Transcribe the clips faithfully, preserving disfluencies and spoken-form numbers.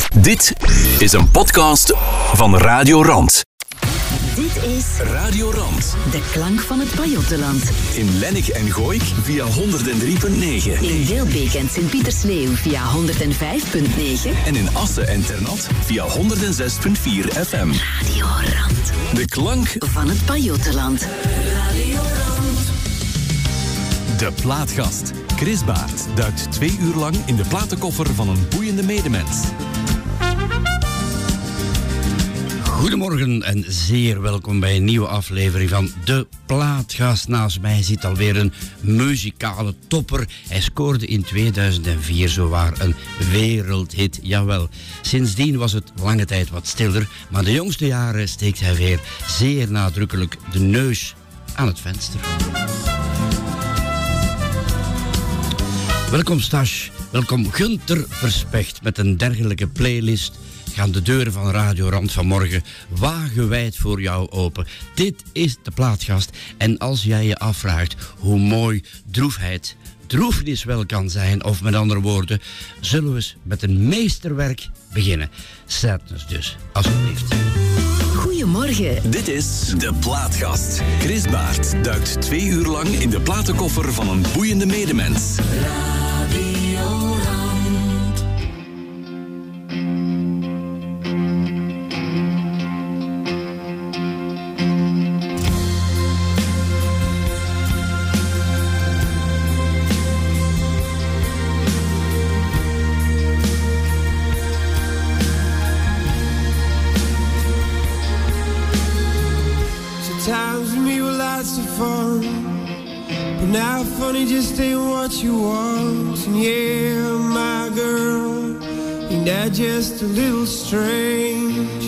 Dit is een podcast van Radio Rand. Dit is Radio Rand. De klank van het Pajottenland. In Lennik en Gooik via honderd drie komma negen. In Weelbeek en Sint-Pietersleeuw via honderd vijf komma negen. En in Assen en Ternat via honderd zes komma vier F M. Radio Rand. De klank van het Pajottenland. Radio Rand. De Plaatgast. Chris Baert duikt twee uur lang in de platenkoffer van een boeiende medemens. Goedemorgen en zeer welkom bij een nieuwe aflevering van De Plaatgast. Naast mij zit alweer een muzikale topper. Hij scoorde in tweeduizend vier zowaar een wereldhit, jawel. Sindsdien was het lange tijd wat stiller, maar de jongste jaren steekt hij weer zeer nadrukkelijk de neus aan het venster. Welkom Stash, welkom Gunther Verspecht. Met een dergelijke playlist gaan de deuren van Radio Rand vanmorgen wagenwijd voor jou open. Dit is De Plaatgast. En als jij je afvraagt hoe mooi droefheid, droefenis wel kan zijn, of met andere woorden, zullen we eens met een meesterwerk beginnen. Sadness dus, alsjeblieft. Goedemorgen. Dit is De Plaatgast. Chris Baert duikt twee uur lang in de platenkoffer van een boeiende medemens. Radio Rand. Times with me were lots of fun, but now funny just ain't what you want. And yeah, my girl, ain't that just a little strange?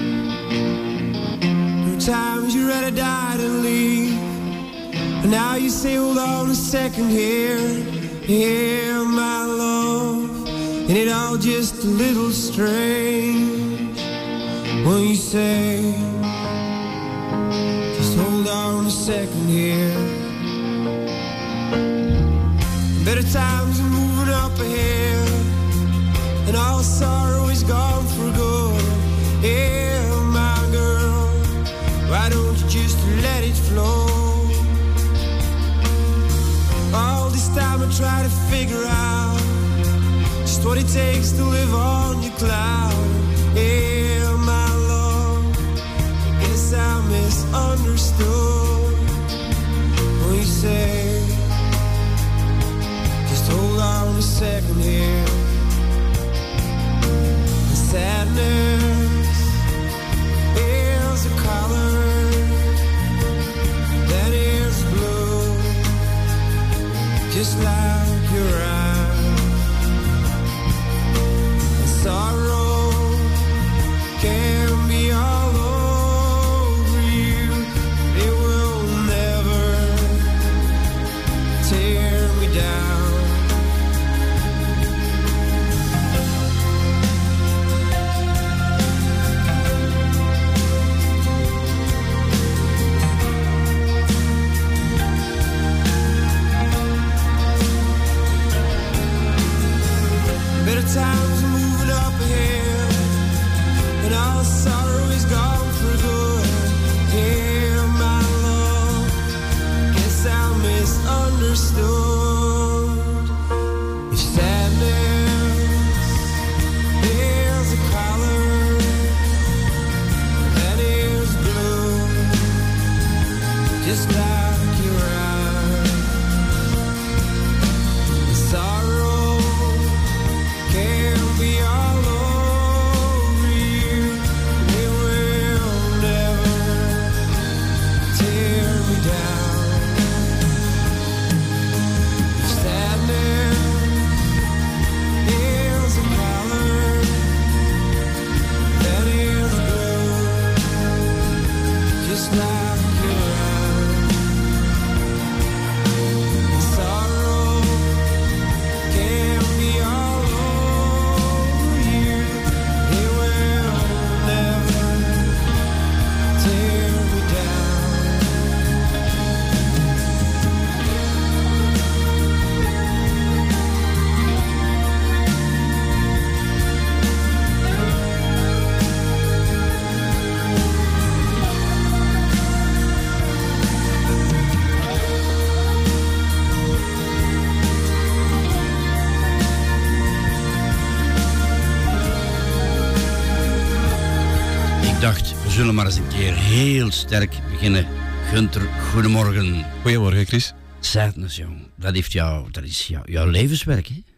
There are times you rather die than leave, and now you say hold on a second here. Yeah, my love, ain't it all just a little strange? When you say hold on a second here. Better times are moving up ahead, and all sorrow is gone for good. Yeah, my girl, why don't you just let it flow? All this time I try to figure out just what it takes to live on your cloud. Yeah, my love, I guess I misunderstood when you say just hold on a second here. The sadness is a color that is blue, just like your eyes. The Ik dacht, we zullen maar eens een keer heel sterk beginnen. Gunther, goedemorgen. Goedemorgen, Chris. Sadness, jong. Dat, heeft jou, dat is jou, jouw levenswerk, hè?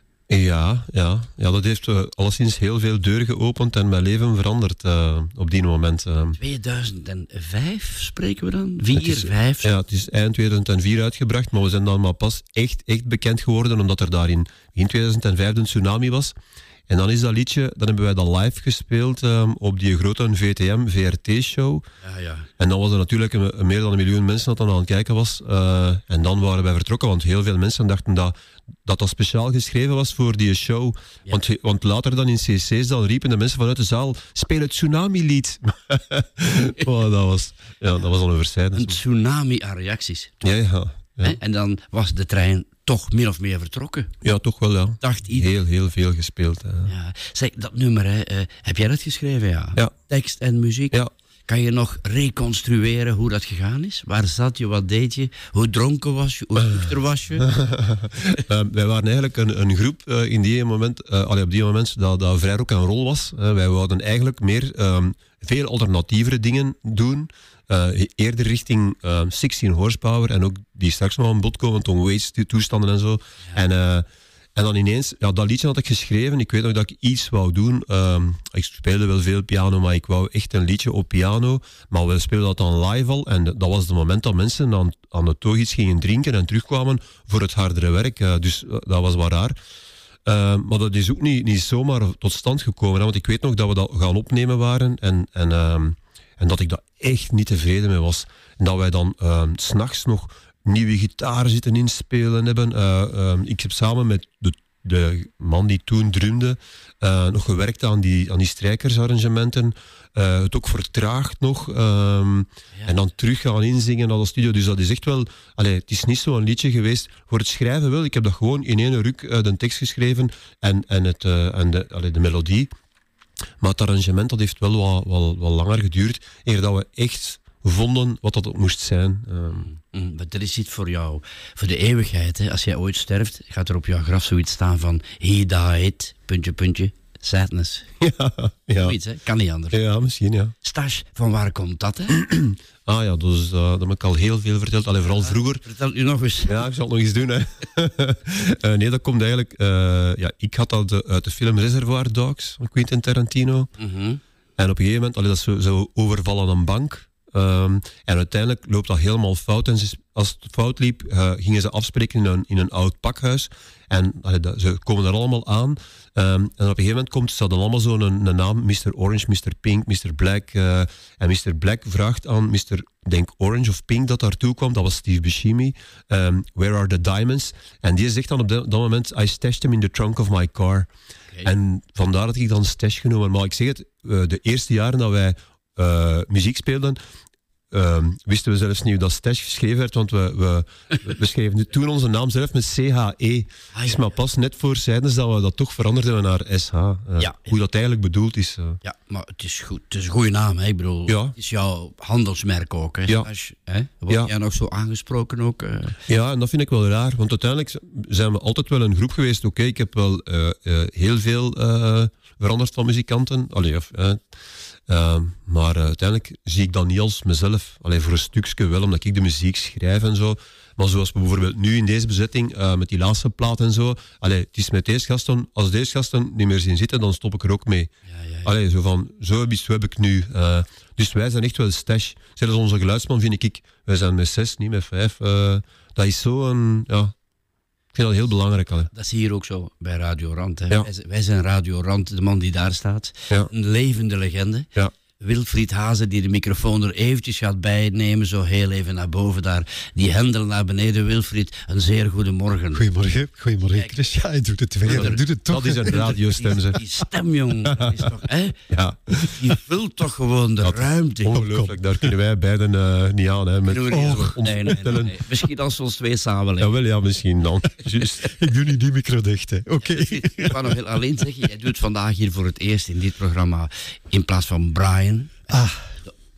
Ja, ja, ja, dat heeft uh, alleszins heel veel deuren geopend en mijn leven veranderd uh, op die moment. Uh. tweeduizend vijf spreken we dan? Vier, is, vijf? Ja, het is eind tweeduizend vier uitgebracht, maar we zijn dan maar pas echt, echt bekend geworden omdat er daar in, in tweeduizend vijf een tsunami was. En dan is dat liedje, dan hebben wij dat live gespeeld um, op die grote V T M V R T-show. Ja, ja. En dan was er natuurlijk een, een meer dan een miljoen mensen dat dan aan het kijken was. Uh, en dan waren wij vertrokken, want heel veel mensen dachten dat dat, dat speciaal geschreven was voor die show. Ja. Want, want later dan in C C's dan riepen de mensen vanuit de zaal, speel het tsunami-lied. oh, dat, was, ja, dat was al een verzijding. Een tsunami aan reacties. Ja, ja. ja. En dan was de trein toch min of meer vertrokken. Ja, toch wel, ja. Dacht iedereen. Heel, heel veel gespeeld. Ja. Ja. Zeg, dat nummer, hè, uh, heb jij dat geschreven? Ja. Ja. Tekst en muziek? Ja. Kan je nog reconstrueren hoe dat gegaan is? Waar zat je, wat deed je? Hoe dronken was je? Hoe nuchter was je? uh, wij waren eigenlijk een, een groep uh, in die moment, uh, allee, op die moment dat, dat vrij rock en roll was. Uh, wij wilden eigenlijk meer um, veel alternatievere dingen doen. Uh, eerder richting uh, zestien horsepower en ook die straks nog aan bod komen, Tom Waits toestanden en zo. Ja. En, uh, en dan ineens, ja, dat liedje had ik geschreven. Ik weet nog dat ik iets wou doen. Um, ik speelde wel veel piano, maar ik wou echt een liedje op piano. Maar we speelden dat dan live al. En dat was het moment dat mensen aan, aan de toog iets gingen drinken en terugkwamen voor het hardere werk. Uh, dus uh, dat was wel raar. Uh, maar dat is ook niet, niet zomaar tot stand gekomen. Hè, want ik weet nog dat we dat gaan opnemen waren. En... en um, En dat ik daar echt niet tevreden mee was. En dat wij dan uh, 's nachts nog nieuwe gitaren zitten inspelen hebben. Uh, uh, ik heb samen met de, de man die toen drumde uh, nog gewerkt aan die, aan die strijkersarrangementen. Uh, het ook vertraagd nog. Um, ja. En dan terug gaan inzingen naar de studio. Dus dat is echt wel... Allee, het is niet zo'n liedje geweest. Voor het schrijven wel. Ik heb dat gewoon in één ruk uh, de tekst geschreven. En, en, het, uh, en de, allee, de melodie. Maar het arrangement dat heeft wel wat, wat, wat langer geduurd, eer dat we echt vonden wat dat moest zijn. Um. Mm, maar er is iets voor jou, voor de eeuwigheid. Hè. Als jij ooit sterft, gaat er op jouw graf zoiets staan van He died, puntje, puntje, sadness. Ja, ja. Zoiets, hè? Kan niet anders. Ja, misschien, ja. Stash, van waar komt dat, hè? ah ja, dus, uh, dat heb ik al heel veel verteld, alleen vooral ja, vroeger. Vertel het nu nog eens. Ja, ik zal het nog eens doen, hè. uh, nee, dat komt eigenlijk... Uh, ja, ik had dat de, uit de film Reservoir Dogs van Quentin Tarantino. Mm-hmm. En op een gegeven moment, allee, dat zo, zo overvallen een bank. Um, en uiteindelijk loopt dat helemaal fout. En ze, als het fout liep, uh, gingen ze afspreken in een, in een oud pakhuis. En allee, dat, ze komen er allemaal aan. Um, en op een gegeven moment komt, ze hadden allemaal zo'n een, een naam. mister Orange, mister Pink, mister Black. Uh, en mister Black vraagt aan mister denk Orange of Pink dat daartoe kwam. Dat was Steve Buscemi. Um, Where are the diamonds? En die zegt dan op dat, dat moment... I stashed them in the trunk of my car. Okay. En vandaar dat ik dan stash genomen. Maar ik zeg het, uh, de eerste jaren dat wij... Uh, muziek speelden, uh, wisten we zelfs niet hoe dat stash geschreven werd, want we, we, we schreven toen onze naam zelf met C H E. Het is maar pas net voor zijdes dat we dat toch veranderd hebben naar S H. Uh, ja, hoe dat eigenlijk bedoeld is. Uh. Ja, maar het is goed. Het is een goede naam, hè? Ik bedoel, ja. Het is jouw handelsmerk ook, hè? Ja. Als, hè? Word ja. jij nog zo aangesproken ook? Uh... Ja, en dat vind ik wel raar, want uiteindelijk zijn we altijd wel een groep geweest. Oké, okay, ik heb wel uh, uh, heel veel uh, veranderd van muzikanten. Allee, of... Uh, Uh, maar uh, uiteindelijk zie ik dat niet als mezelf. Alleen voor een stukje wel, omdat ik de muziek schrijf en zo. Maar zoals we bijvoorbeeld nu in deze bezetting, uh, met die laatste plaat en zo. Allee, het is met deze gasten, als deze gasten niet meer zien zitten, dan stop ik er ook mee. Ja, ja, ja. Allee, zo van, zo heb, zo heb ik nu. Uh, dus wij zijn echt wel stash. Zelfs onze geluidsman vind ik, wij zijn met zes, niet met vijf. Uh, dat is zo een, ja... Ik vind dat heel belangrijk. Allee. Dat is hier ook zo bij Radio Rand. Hè. Ja. Wij zijn Radio Rand, de man die daar staat. Ja. Een levende legende. Ja. Wilfried Hazen die de microfoon er eventjes gaat bijnemen, zo heel even naar boven daar. Die hendel naar beneden. Wilfried, een zeer goede morgen. Goedemorgen, goedemorgen Chris. Ja, hij doet het twee, hij doet het toch. Dat is een radiostem, zeg. Die stem, jong, dat is toch, hè? Ja. Die vult toch gewoon de dat ruimte. Ongelooflijk, daar kunnen wij beiden uh, niet aan. Hè, met oh, nee, nee, nee, nee. Misschien als we ons twee samenleggen. Ja, wel, ja, misschien dan. Just. Ik doe niet die micro dicht, hè. Oké. Okay. Ik wou nog heel alleen zeggen, jij doet vandaag hier voor het eerst in dit programma, in plaats van Brian... Ah.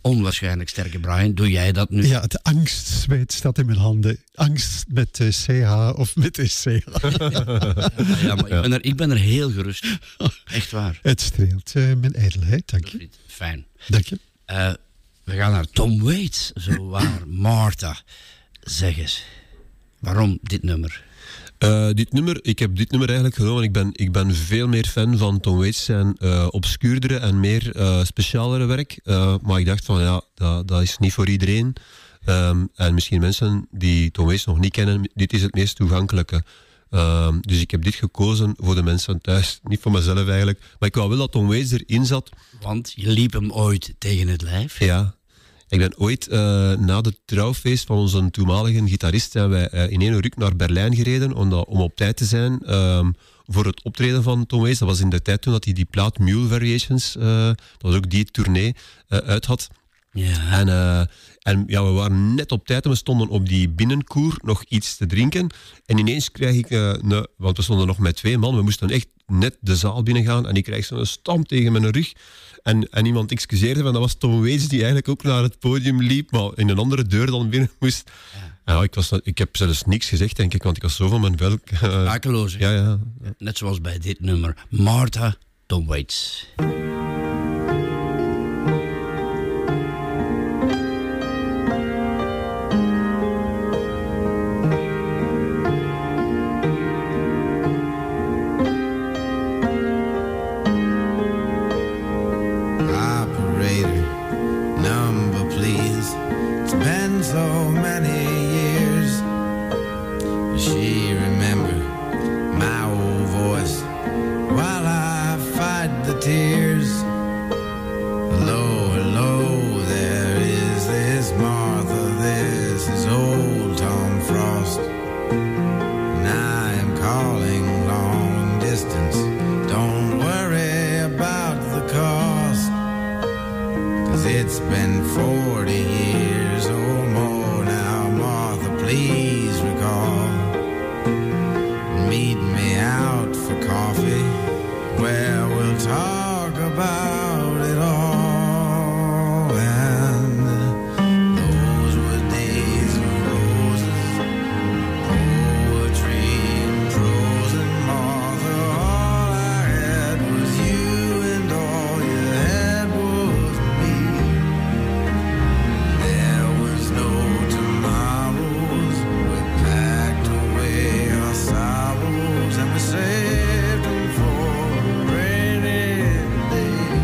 onwaarschijnlijk sterke Brian. Doe jij dat nu? Ja, het angstzweet staat in mijn handen. Angst met uh, C H of met C H. Ja, maar ik ben, er, ik ben er heel gerust. Echt waar. Het streelt uh, mijn ijdelheid, dank je. Fijn. Dank je. Uh, we gaan naar Tom Waits, zo waar. Martha, zeg eens. Waarom dit nummer? Uh, dit nummer, ik heb dit nummer eigenlijk genomen. Ik ben, ik ben veel meer fan van Tom Waits zijn uh, obscuurdere en meer uh, specialere werk. Uh, maar ik dacht van ja, dat, dat is niet voor iedereen. Um, en misschien mensen die Tom Waits nog niet kennen, dit is het meest toegankelijke. Um, dus ik heb dit gekozen voor de mensen thuis. Niet voor mezelf eigenlijk. Maar ik wou wel dat Tom Waits erin zat. Want je liep hem ooit tegen het lijf. Ja. Ik ben ooit uh, na het trouwfeest van onze toenmalige gitarist zijn wij uh, in één ruk naar Berlijn gereden om, dat, om op tijd te zijn um, voor het optreden van Tom Waits. Dat was in de tijd toen dat hij die plaat Mule Variations, uh, dat was ook die tournee, uh, uit had. Ja. En, uh, en ja, we waren net op tijd en we stonden op die binnenkoer nog iets te drinken. En ineens krijg ik, uh, ne, want we stonden nog met twee man, we moesten echt net de zaal binnengaan en ik krijg zo'n stamp tegen mijn rug. En, en iemand excuseerde, van dat was Tom Waits die eigenlijk ook naar het podium liep, maar in een andere deur dan binnen moest. Ja. Ja, ik, was, ik heb zelfs niks gezegd, denk ik, want ik was zo van mijn velk. Uh, Rakeloos, ja, ja, ja. Net zoals bij dit nummer. Martha, Tom Waits. So many years, she remember my old voice while I fight the tears. Hello, hello, there is this Martha, this is old Tom Frost, and I am calling long distance. Don't worry about the cost, 'cause it's been forty years or more now, Martha, please recall. Meet me out for coffee, where we'll talk about it all. And those were days of roses, poetry and prose, and Martha, all I had was you, and all you had was me. There was no tomorrows, we packed away our sorrows, and we saved them for a rainy day.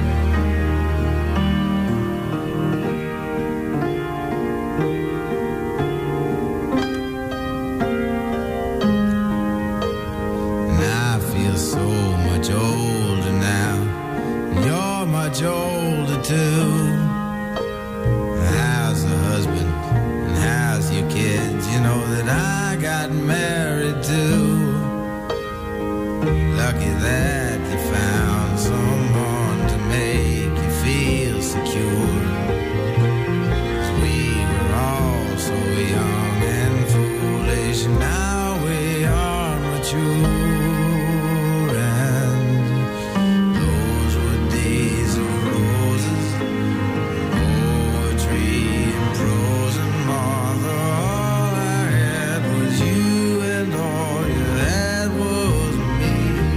And I feel so much older now, and you're much older too. How's the husband, and how's your kids? You know that I got married too. Lucky that you found someone to make you feel secure. 'Cause we were all so young and foolish, now we are mature. And those were days of roses, poetry and prose, and Martha, all I had was you, and all you had was me.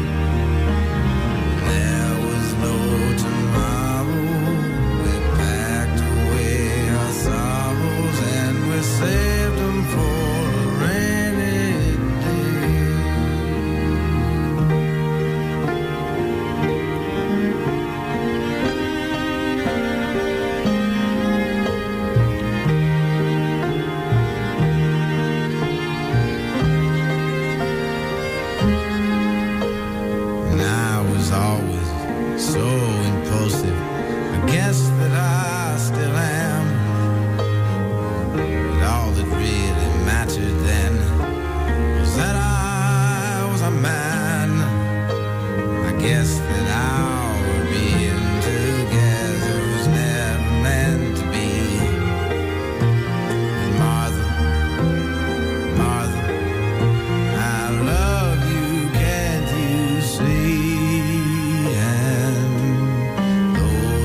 There was no tomorrow, we packed away our sorrows, and we saved them for a rainy day. And I was always so impulsive, I guess that I still am. But all that really mattered then was that I was a man. I guess that our being together was never meant to be. And Martha, Martha, I love you, can't you see? And those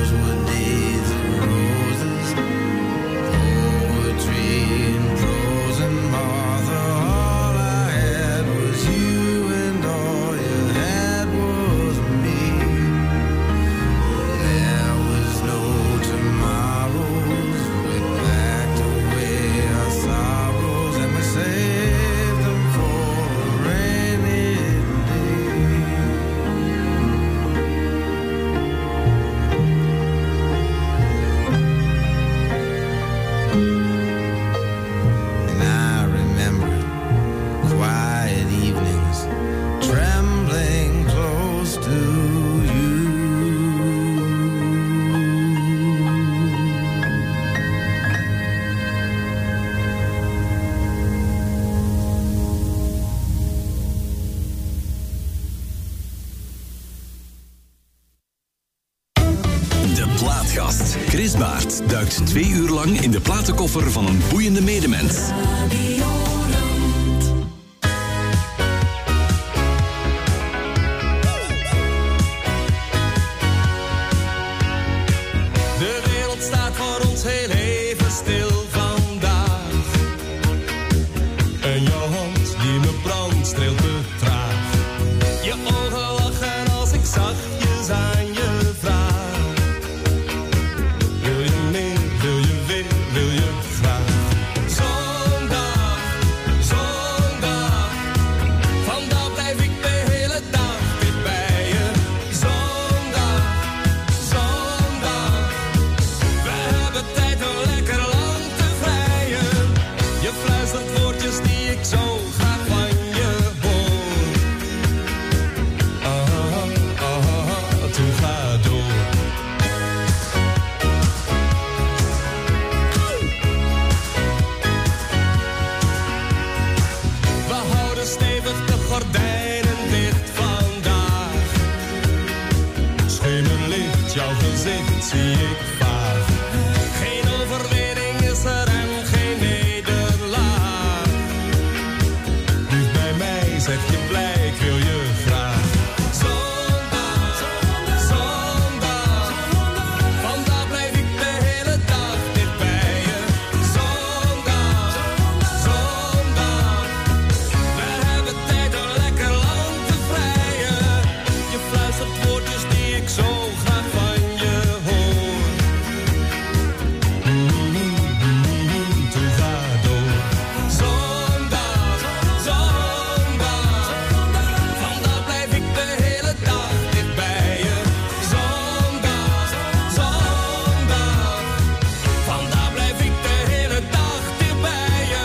De Plaatgast. Chris Baert duikt twee uur lang in de platenkoffer van een boeiende medemens. De wereld staat voor ons heel even stil vandaag. En jouw hand die me brandt streelt me traag. Je ogen lachen als ik zachtjes aan je vraag. Wil je meer, wil je weer, wil je graag. Zondag, zondag. Vandaag blijf ik de hele dag dicht bij je. Zondag, zondag. We hebben tijd om lekker lang te vrijen. Je fluistert woordjes die ik zo graag van je hoor. Ah, ah, toen ga door. We houden stevig de gordijnen dicht vandaag. Schemerlicht, jouw gezicht zie ik vaag. Geen overwinning is er en geen nederlaag. Blijf bij mij, zeg je blij, ik wil je graag. Zondag, zondag. Vandaag blijf ik de hele dag dicht bij je. Zondag, zondag. We hebben tijd om lekker lang te vrijen. Je fluistert woordjes die ik zo graag van je hoor. Mm-hmm, toen ga door. Zondag, zondag. Vandaag blijf ik de hele dag dicht bij je. Zondag, zondag. Vandaag blijf ik de hele dag dicht bij je.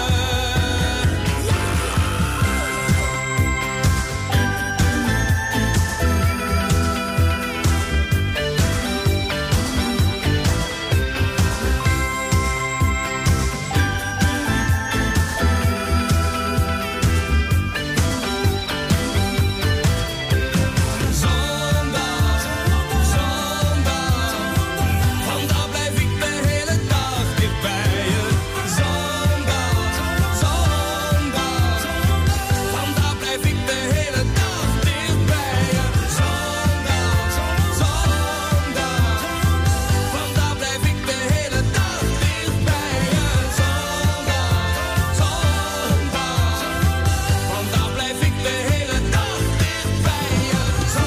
Zondag, zondag. Vandaag blijf ik de hele dag dicht bij je. Zondag, zondag. Vandaag blijf ik de hele dag dicht bij je. Zondag, zondag. Vandaag blijf ik de hele dag dicht bij je. Zondag, zondag. Vandaag blijf ik de hele dag dicht bij je.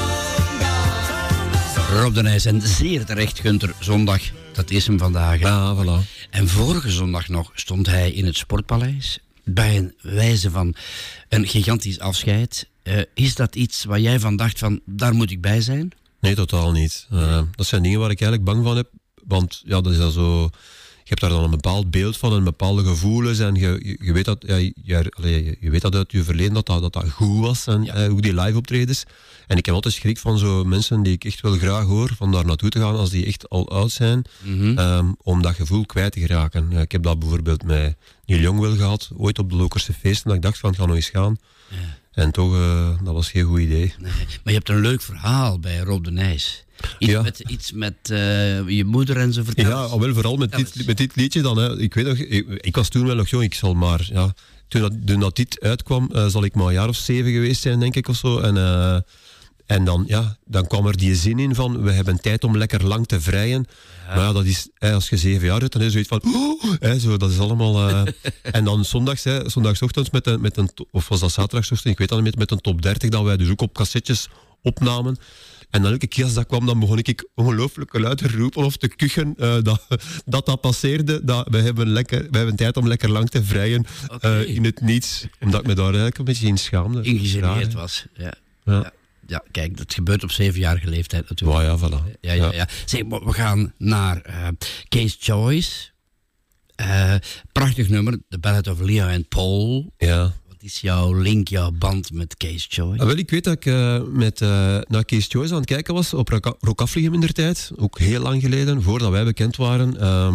Zondag. Rob de Nijs en zeer terecht, Gunther. Zondag, dat is hem vandaag. hè. Ja, voilà. En vorige zondag nog stond hij in het Sportpaleis. Bij een wijze van een gigantisch afscheid. Eh, is dat iets waar jij van dacht van, daar moet ik bij zijn? Nee, totaal niet. Uh, dat zijn dingen waar ik eigenlijk bang van heb. Want ja, dat is dan zo... Je hebt daar dan een bepaald beeld van en bepaalde gevoelens. En je, je, je, weet, dat, ja, je, allee, je weet dat uit je verleden dat dat, dat, dat goed was. En Ja. eh, hoe die live optredens. En ik heb altijd schrik van zo mensen die ik echt wel graag hoor. Van daar naartoe te gaan als die echt al oud zijn. Mhm. um, om dat gevoel kwijt te geraken. Ja, ik heb dat bijvoorbeeld met Neil Young wel gehad. Ooit op de Lokerse feesten. Dat ik dacht van, ik ga nog eens gaan. Ja. En toch, uh, dat was geen goed idee. Nee. Maar je hebt een leuk verhaal bij Rob de Nijs. Iets Ja. met, iets met uh, je moeder en zo vertellen. Ja, al wel vooral met Vertel dit, eens. met dit liedje dan. Hè. Ik weet nog, ik, ik was toen wel nog jong, ik zal maar... Ja, toen, dat, toen dat dit uitkwam, uh, zal ik maar een jaar of zeven geweest zijn, denk ik, of zo. En, uh, en dan, ja, dan kwam er die zin in van, we hebben tijd om lekker lang te vrijen. Ja. Maar ja, dat is, hè, als je zeven jaar bent, dan is zoiets van... Oh, hè, zo, dat is allemaal... Uh, en dan zondags, hè, zondagochtends met een, met een... Of was dat zaterdagochtend? Ik weet dat niet, met, met een top dertig, dat wij dus ook op cassettes opnamen. En dan elke keer als dat kwam, dan begon ik ongelooflijk luid te roepen of te kuchen uh, dat, dat dat passeerde. Dat we, hebben lekker, we hebben tijd om lekker lang te vrijen uh, Oké. in het niets. Omdat ik me daar eigenlijk een beetje in schaamde. Ingegeneerd Raar, hè? was. Ja. Ja. Ja. Ja, kijk, dat gebeurt op zevenjarige leeftijd natuurlijk. Oh, ja, voilà. Ja, ja, ja. Zeg, maar we gaan naar uh, Case Choice. Uh, prachtig nummer, The Ballad of Leo and Paul. Ja. Wat is jouw link, jouw band met Case Choice? Ah, wel, ik weet dat ik uh, met, uh, naar Case Choice aan het kijken was op Rock Rock Affligem in der tijd. Ook heel lang geleden, voordat wij bekend waren. Um,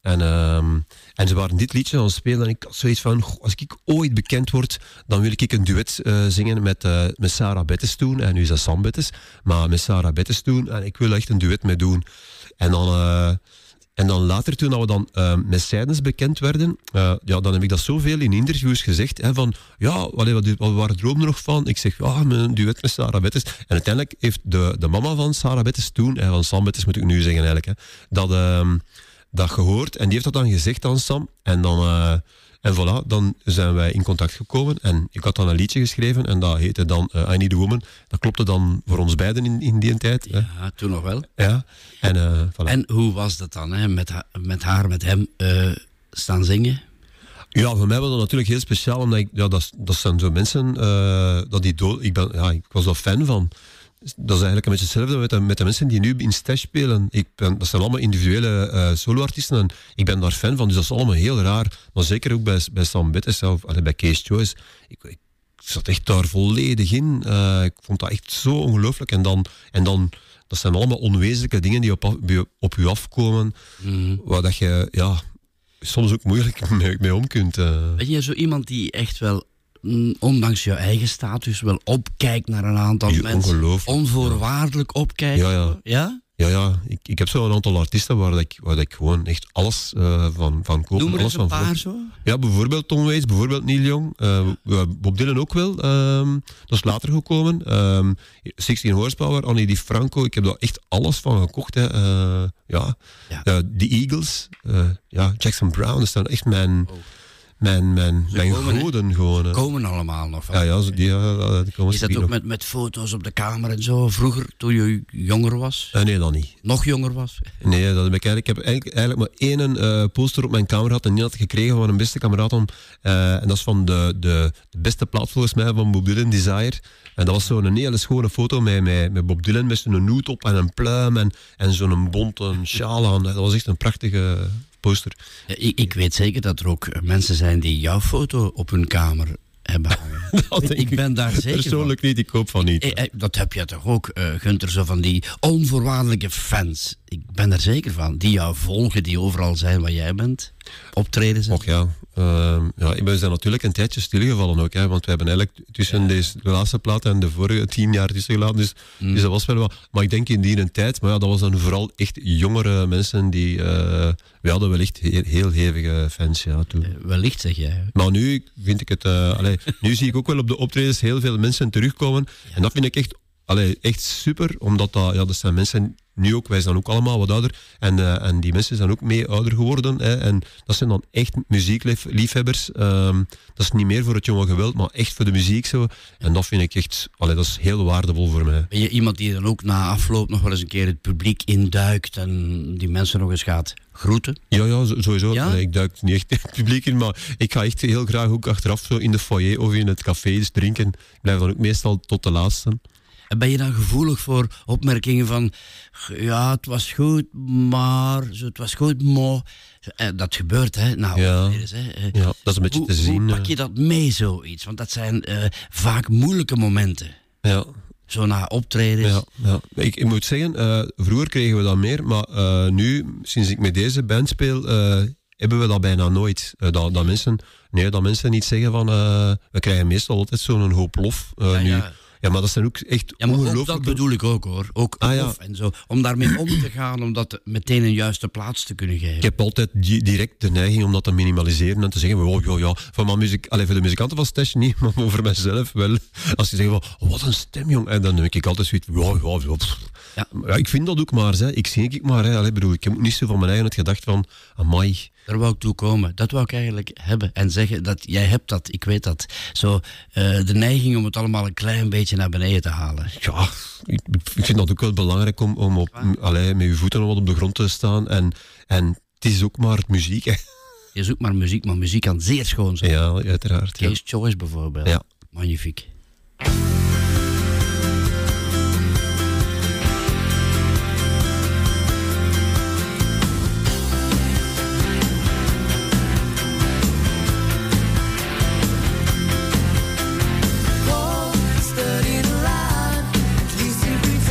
En, uh, en ze waren dit liedje aan het spelen en ik had zoiets van, goh, als ik ooit bekend word, dan wil ik een duet uh, zingen met, uh, met Sarah Bettes toen. En nu is dat Sam Bettes, maar met Sarah Bettes toen. En ik wil echt een duet mee doen. En dan... Uh, En dan later, toen we dan uh, met Seidens bekend werden, uh, ja, dan heb ik dat zoveel in interviews gezegd, hè, van, ja, wat, wat, wat waren droom er nog van? Ik zeg, ja, een duet met Sarah Bettes. En uiteindelijk heeft de, de mama van Sarah Bettes toen, en van Sam Bettes moet ik nu zeggen eigenlijk, hè, dat, uh, dat gehoord, en die heeft dat dan gezegd aan Sam, en dan... Uh, En voilà, dan zijn wij in contact gekomen en ik had dan een liedje geschreven en dat heette dan uh, I Need a Woman. Dat klopte dan voor ons beiden in, in die tijd. Ja, hè. toen nog wel. Ja, en, uh, voilà. En hoe was dat dan, hè? Met, ha- met haar, met hem uh, staan zingen? Ja, voor mij was dat natuurlijk heel speciaal, omdat ik, ja, dat, dat zijn zo mensen, uh, dat die dood, ik, ben, ja, ik was daar fan van. Dat is eigenlijk een beetje hetzelfde met de, met de mensen die nu in Stash spelen. Ik ben, dat zijn allemaal individuele uh, soloartiesten en ik ben daar fan van, dus dat is allemaal heel raar. Maar zeker ook bij, bij Sam Bettes of allee, bij Kees Choice. Ik, ik zat echt daar volledig in. Uh, ik vond dat echt zo ongelooflijk. En dan, en dan, dat zijn allemaal onwezenlijke dingen die op, op je afkomen, mm. waar dat je ja, soms ook moeilijk mee, mee om kunt. Uh. Ben je zo iemand die echt wel... ondanks jouw eigen status wel opkijkt naar een aantal Je mensen. Onvoorwaardelijk opkijkt. Ja, ja. Ja? Ja, ja. Ik, ik heb zo een aantal artiesten waar ik, waar ik gewoon echt alles uh, van, van koop. Noem er alles eens een van paar voor. zo. Ja, bijvoorbeeld Tom Waits, bijvoorbeeld Neil Young. Uh, Bob Dylan ook wel. Um, dat is later gekomen. Um, zestien Horsepower, Annie Di Franco. Ik heb daar echt alles van gekocht. Hè. Uh, ja. Ja. Uh, The Eagles. Uh, ja, Jackson Brown. Dat zijn echt mijn... Oh. Mijn, mijn, mijn komen, goden gewoon. Hè. Komen allemaal nog van. Ja, ja, die, ja die komen Is dat ook nog. met, met foto's op de kamer en zo? Vroeger, toen je jonger was? Uh, nee, dat niet. Nog jonger was? Nee, dat heb ik eigenlijk. Ik heb eigenlijk, eigenlijk maar één uh, poster op mijn kamer gehad en die had ik gekregen van een beste kameraad. Om, uh, en dat is van de, de, de beste plaat volgens mij van Bob Dylan, Desire. En dat was zo'n hele schone foto met, met, met Bob Dylan met zo'n hoed op en een pluim en, en zo'n bonte sjaal aan. Dat was echt een prachtige... poster. Ja, ik, ik weet zeker dat er ook mensen zijn die jouw foto op hun kamer hebben hangen. Dat ik, ik ben daar zeker persoonlijk van. niet, ik hoop van niet. Eh, eh, dat heb je toch ook, uh, Gunther, zo van die onvoorwaardelijke fans. Ik ben er zeker van. Die jou volgen, die overal zijn waar jij bent. Optreden zijn. Och ja. Uh, ja, ik ben zijn natuurlijk een tijdje stilgevallen ook, hè, want we hebben eigenlijk tussen ja. deze, de laatste plaat en de vorige tien jaar tussen gelaten, dus, mm. dus dat was wel wat. Maar ik denk in die tijd, maar ja, dat was dan vooral echt jongere mensen die, uh, we hadden wel echt heel, heel hevige fans, ja, toen. Uh, wellicht, zeg jij. Maar nu vind ik het, uh, allee, nu zie ik ook wel op de optredens heel veel mensen terugkomen, ja. En dat vind ik echt, allee, echt super, omdat dat, ja, dat zijn mensen... Nu ook, wij zijn ook allemaal wat ouder. En, uh, en die mensen zijn ook mee ouder geworden. Hè, en dat zijn dan echt muziekliefhebbers. Um, dat is niet meer voor het jonge geweld, maar echt voor de muziek zo. En dat vind ik echt, allee, dat is heel waardevol voor mij. Ben je iemand die dan ook na afloop nog wel eens een keer het publiek induikt en die mensen nog eens gaat groeten? Ja, ja, sowieso. Ja? Allee, ik duik niet echt het publiek in, maar ik ga echt heel graag ook achteraf zo in de foyer of in het café eens drinken. Ik blijf dan ook meestal tot de laatste. En ben je dan gevoelig voor opmerkingen van... Ja, het was goed, maar... Zo, het was goed, maar... Dat gebeurt, hè. Nou, ja. Is, hè. Ja, dat is een beetje hoe, te zien. Hoe pak je dat mee, zoiets? Want dat zijn uh, vaak moeilijke momenten. Ja. Zo na optredens. Ja, ja. Ik, ik moet zeggen, uh, vroeger kregen we dat meer, maar uh, nu, sinds ik met deze band speel... Uh, hebben we dat bijna nooit. Uh, dat, dat, mensen, nee, dat mensen niet zeggen van... Uh, we krijgen meestal altijd zo'n hoop lof uh, ja, nu... Ja. Ja, maar dat zijn ook echt ja, maar ongelooflijk... dat bedoel ik ook, hoor. Ook ah, ja. of en zo. Om daarmee om te gaan, om dat meteen een juiste plaats te kunnen geven. Ik heb altijd di- direct de neiging om dat te minimaliseren en te zeggen, oh, ja, ja, van mijn muziek, allez, voor de muzikanten van Stash niet, maar voor mijzelf wel. Als die zeggen, oh, wat een stem, jong. En dan denk ik altijd zoiets, ja, ja, ja. Ja. Ja, ik vind dat ook maar, hè. Ik zie ik maar. Hè. Allee, bedoel, ik heb niet zo van mijn eigen het gedacht van, amai. Daar wou ik toe komen. Dat wou ik eigenlijk hebben. En zeggen dat jij hebt dat, ik weet dat. Zo, uh, de neiging om het allemaal een klein beetje naar beneden te halen. Ja, ik, ik vind dat ook wel belangrijk om, om op, allee, met je voeten wat op de grond te staan. En, en het is ook maar muziek, hè. Je zoekt maar muziek, maar muziek kan zeer schoon zijn. Ja, uiteraard. Kees ja. Choice bijvoorbeeld. Ja. Magnifiek.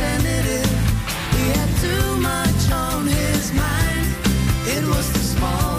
Small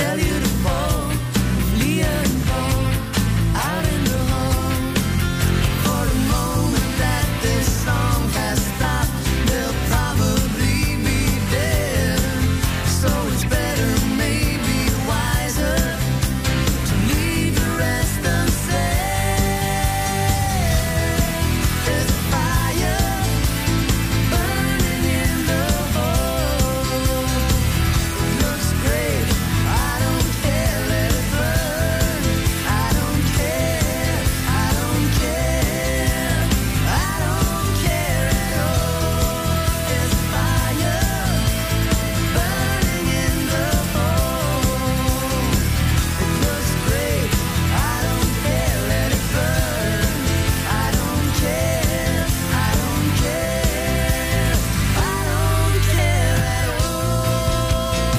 tell you to fall, flee and fall out in the hall. For the moment that this song has stopped, they'll probably be dead. So it's better, maybe wiser, to leave the rest unsaid. There's a fire burning in the hole. It looks great, I don't care, let it burn. I don't care, I don't care, I don't care at all. There's a fire burning in the hole. It looks great, I don't care, let it burn. I don't care, I don't care, I don't care at all.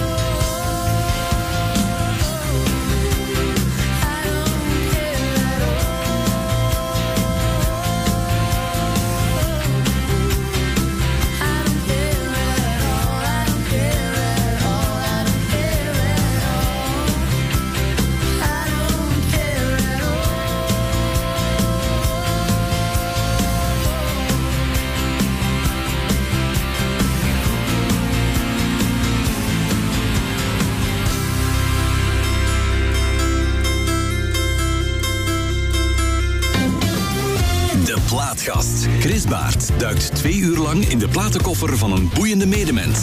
I don't care at all. I don't care at all. I don't care at all. I don't care at all. I don't care at all. De Plaatkast. Chris Baert duikt twee uur lang in de platenkoffer van een boeiende medemens.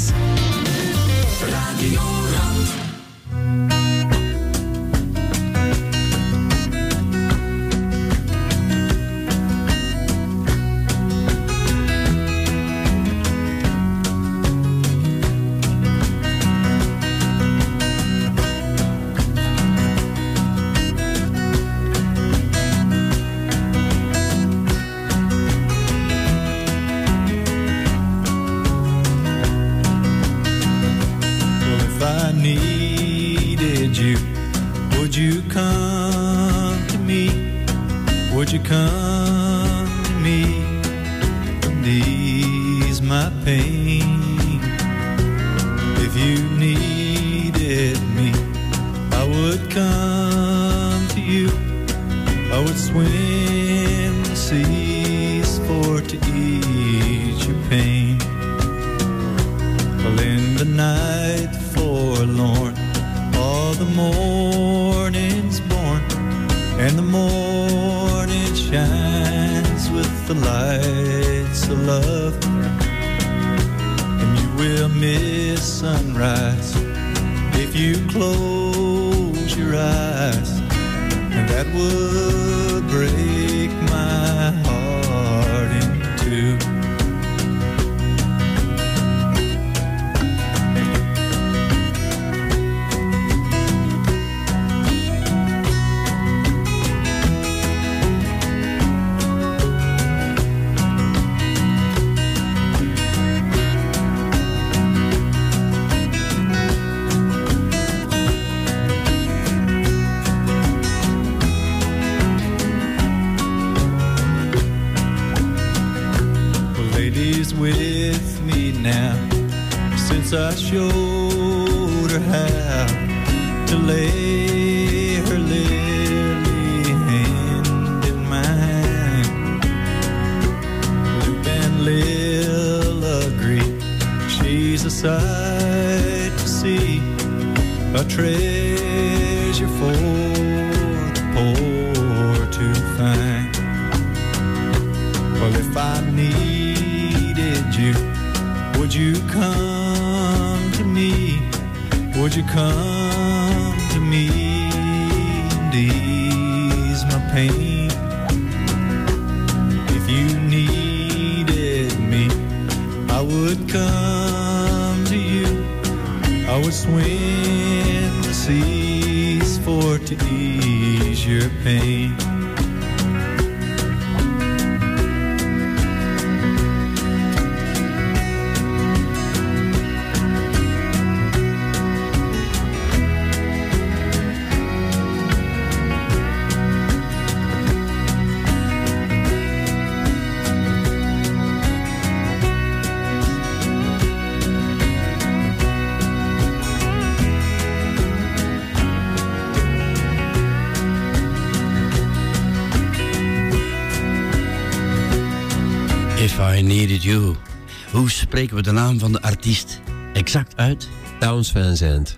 Radio Rand. Well, if I needed you, would you come to me? Would you come to me and ease my pain? If you needed me, I would come to you. I would swim the seas for to ease your pain. Well, in the night forlorn, all the morning's born, and the morning shines with the lights of love. And you will miss sunrise if you close your eyes, and that would break my heart in two. With me now, since I showed her how to lay her lily hand in mine. Luke and Lil agree she's a sight to see, a treasure for the poor to find. Well, if I needed you, would you come to me? Would you come to me and ease my pain? If you needed me, I would come to you. I would swim the seas for to ease your pain. I Needed You. Hoe spreken we de naam van de artiest exact uit? Townes Van Zandt.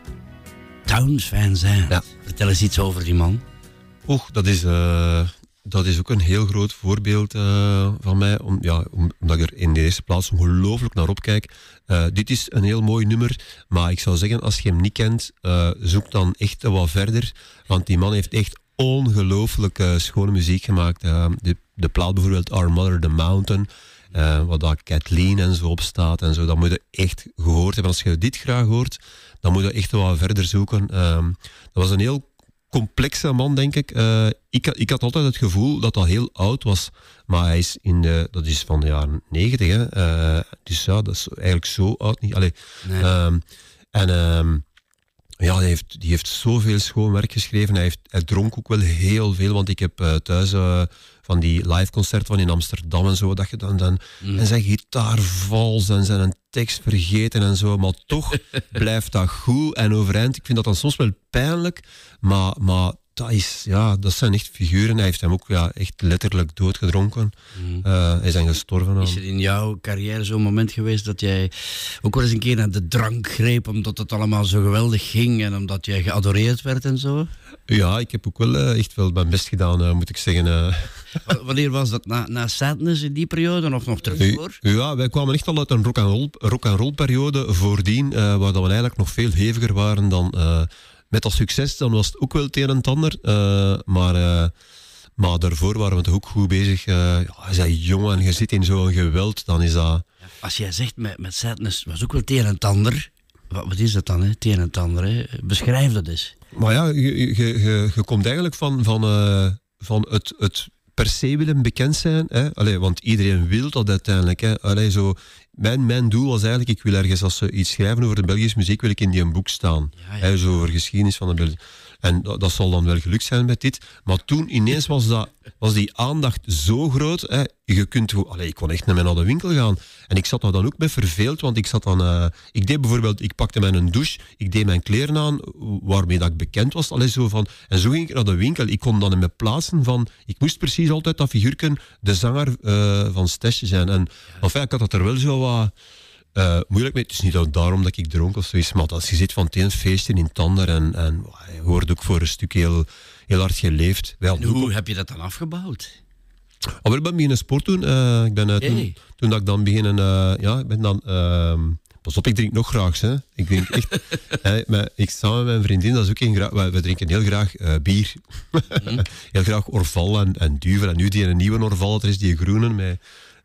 Townes Van Zandt. Ja. Vertel eens iets over die man. Och, dat is, uh, dat is ook een heel groot voorbeeld uh, van mij. Om, ja, om, omdat ik er in de eerste plaats ongelooflijk naar opkijk. Uh, dit is een heel mooi nummer. Maar ik zou zeggen, als je hem niet kent, uh, zoek dan echt wat verder. Want die man heeft echt ongelooflijk uh, schone muziek gemaakt. Uh, de, de plaat bijvoorbeeld Our Mother the Mountain. Uh, wat daar Kathleen en zo op staat en zo. Dat moet je echt gehoord hebben. Als je dit graag hoort, dan moet je echt wat verder zoeken. Uh, dat was een heel complexe man, denk ik. Uh, ik. Ik had altijd het gevoel dat dat heel oud was. Maar hij is in de, dat is van de jaren negentig. Hè. Uh, dus ja, dat is eigenlijk zo oud niet. Allee. Nee. Um, en um, ja, hij heeft, die heeft zoveel schoon werk geschreven. Hij, heeft, hij dronk ook wel heel veel. Want ik heb uh, thuis uh, van die live concerten van in Amsterdam en zo. Dat je dan, dan mm. en zijn gitaar vals en zijn tekst vergeten en zo. Maar toch blijft dat goed en overeind. Ik vind dat dan soms wel pijnlijk. Maar, maar dat, is, ja, dat zijn echt figuren. Hij heeft hem ook ja, echt letterlijk doodgedronken. Mm. Uh, hij is dan gestorven. Is er in jouw carrière zo'n moment geweest dat jij ook wel eens een keer naar de drank greep omdat het allemaal zo geweldig ging en omdat jij geadoreerd werd en zo? Ja, ik heb ook wel uh, echt wel mijn best gedaan, uh, moet ik zeggen. Uh. Wanneer was dat? Na, na Sadness in die periode of nog ervoor? Ja, wij kwamen echt al uit een rock-and-roll, rock-and-roll periode voordien, uh, waar dat we eigenlijk nog veel heviger waren dan... Uh, met dat succes, dan was het ook wel het een en het ander. Uh, maar, uh, maar daarvoor waren we toch ook goed bezig. Uh, ja, als je jong en je zit in zo'n geweld, dan is dat... Als jij zegt met, met Sadness, was ook wel het een en het ander. Wat, wat is dat dan, hè? Het een en het ander? Hè? Beschrijf dat eens. Maar ja, je, je, je, je komt eigenlijk van, van, uh, van het... het per se willen bekend zijn. Hè? Allee, want iedereen wil dat uiteindelijk. Hè? Allee, zo, mijn, mijn doel was eigenlijk, ik wil ergens als ze iets schrijven over de Belgische muziek, wil ik in die een boek staan. Ja, ja. Hè, zo over geschiedenis van de Belgische... En dat, dat zal dan wel gelukt zijn met dit. Maar toen ineens was, dat, was die aandacht zo groot. Hè, je kunt, allee, ik kon echt naar naar de winkel gaan. En ik zat daar dan ook mee verveeld. Want ik zat dan... Uh, ik deed bijvoorbeeld... Ik pakte mijn douche. Ik deed mijn kleren aan. Waarmee dat ik bekend was. Allee, zo van, en zo ging ik naar de winkel. Ik kon dan in me plaatsen van... Ik moest precies altijd dat figuurken de zanger uh, van Stesje zijn. En enfin, ik had dat er wel zo wat... Uh, moeilijk mee. Het is niet daarom dat ik dronk of zoiets, maar als je zit van het een feestje in het ander en, en je wordt ook voor een stuk heel, heel hard geleefd. Wel, en hoe ook... heb je dat dan afgebouwd? Oh, ik ben beginnen sport doen. Uh, ik ben, uh, toen, hey. toen dat ik dan beginnen... Uh, ja, ik ben dan... Uh, pas op, ik drink nog graag. Hè. Ik drink echt... hè, maar ik samen met mijn vriendin, dat is ook een gra- we, we drinken heel graag uh, bier. Mm. Heel graag Orval en, en Duvel. En nu die een nieuwe Orval, er is die groene met...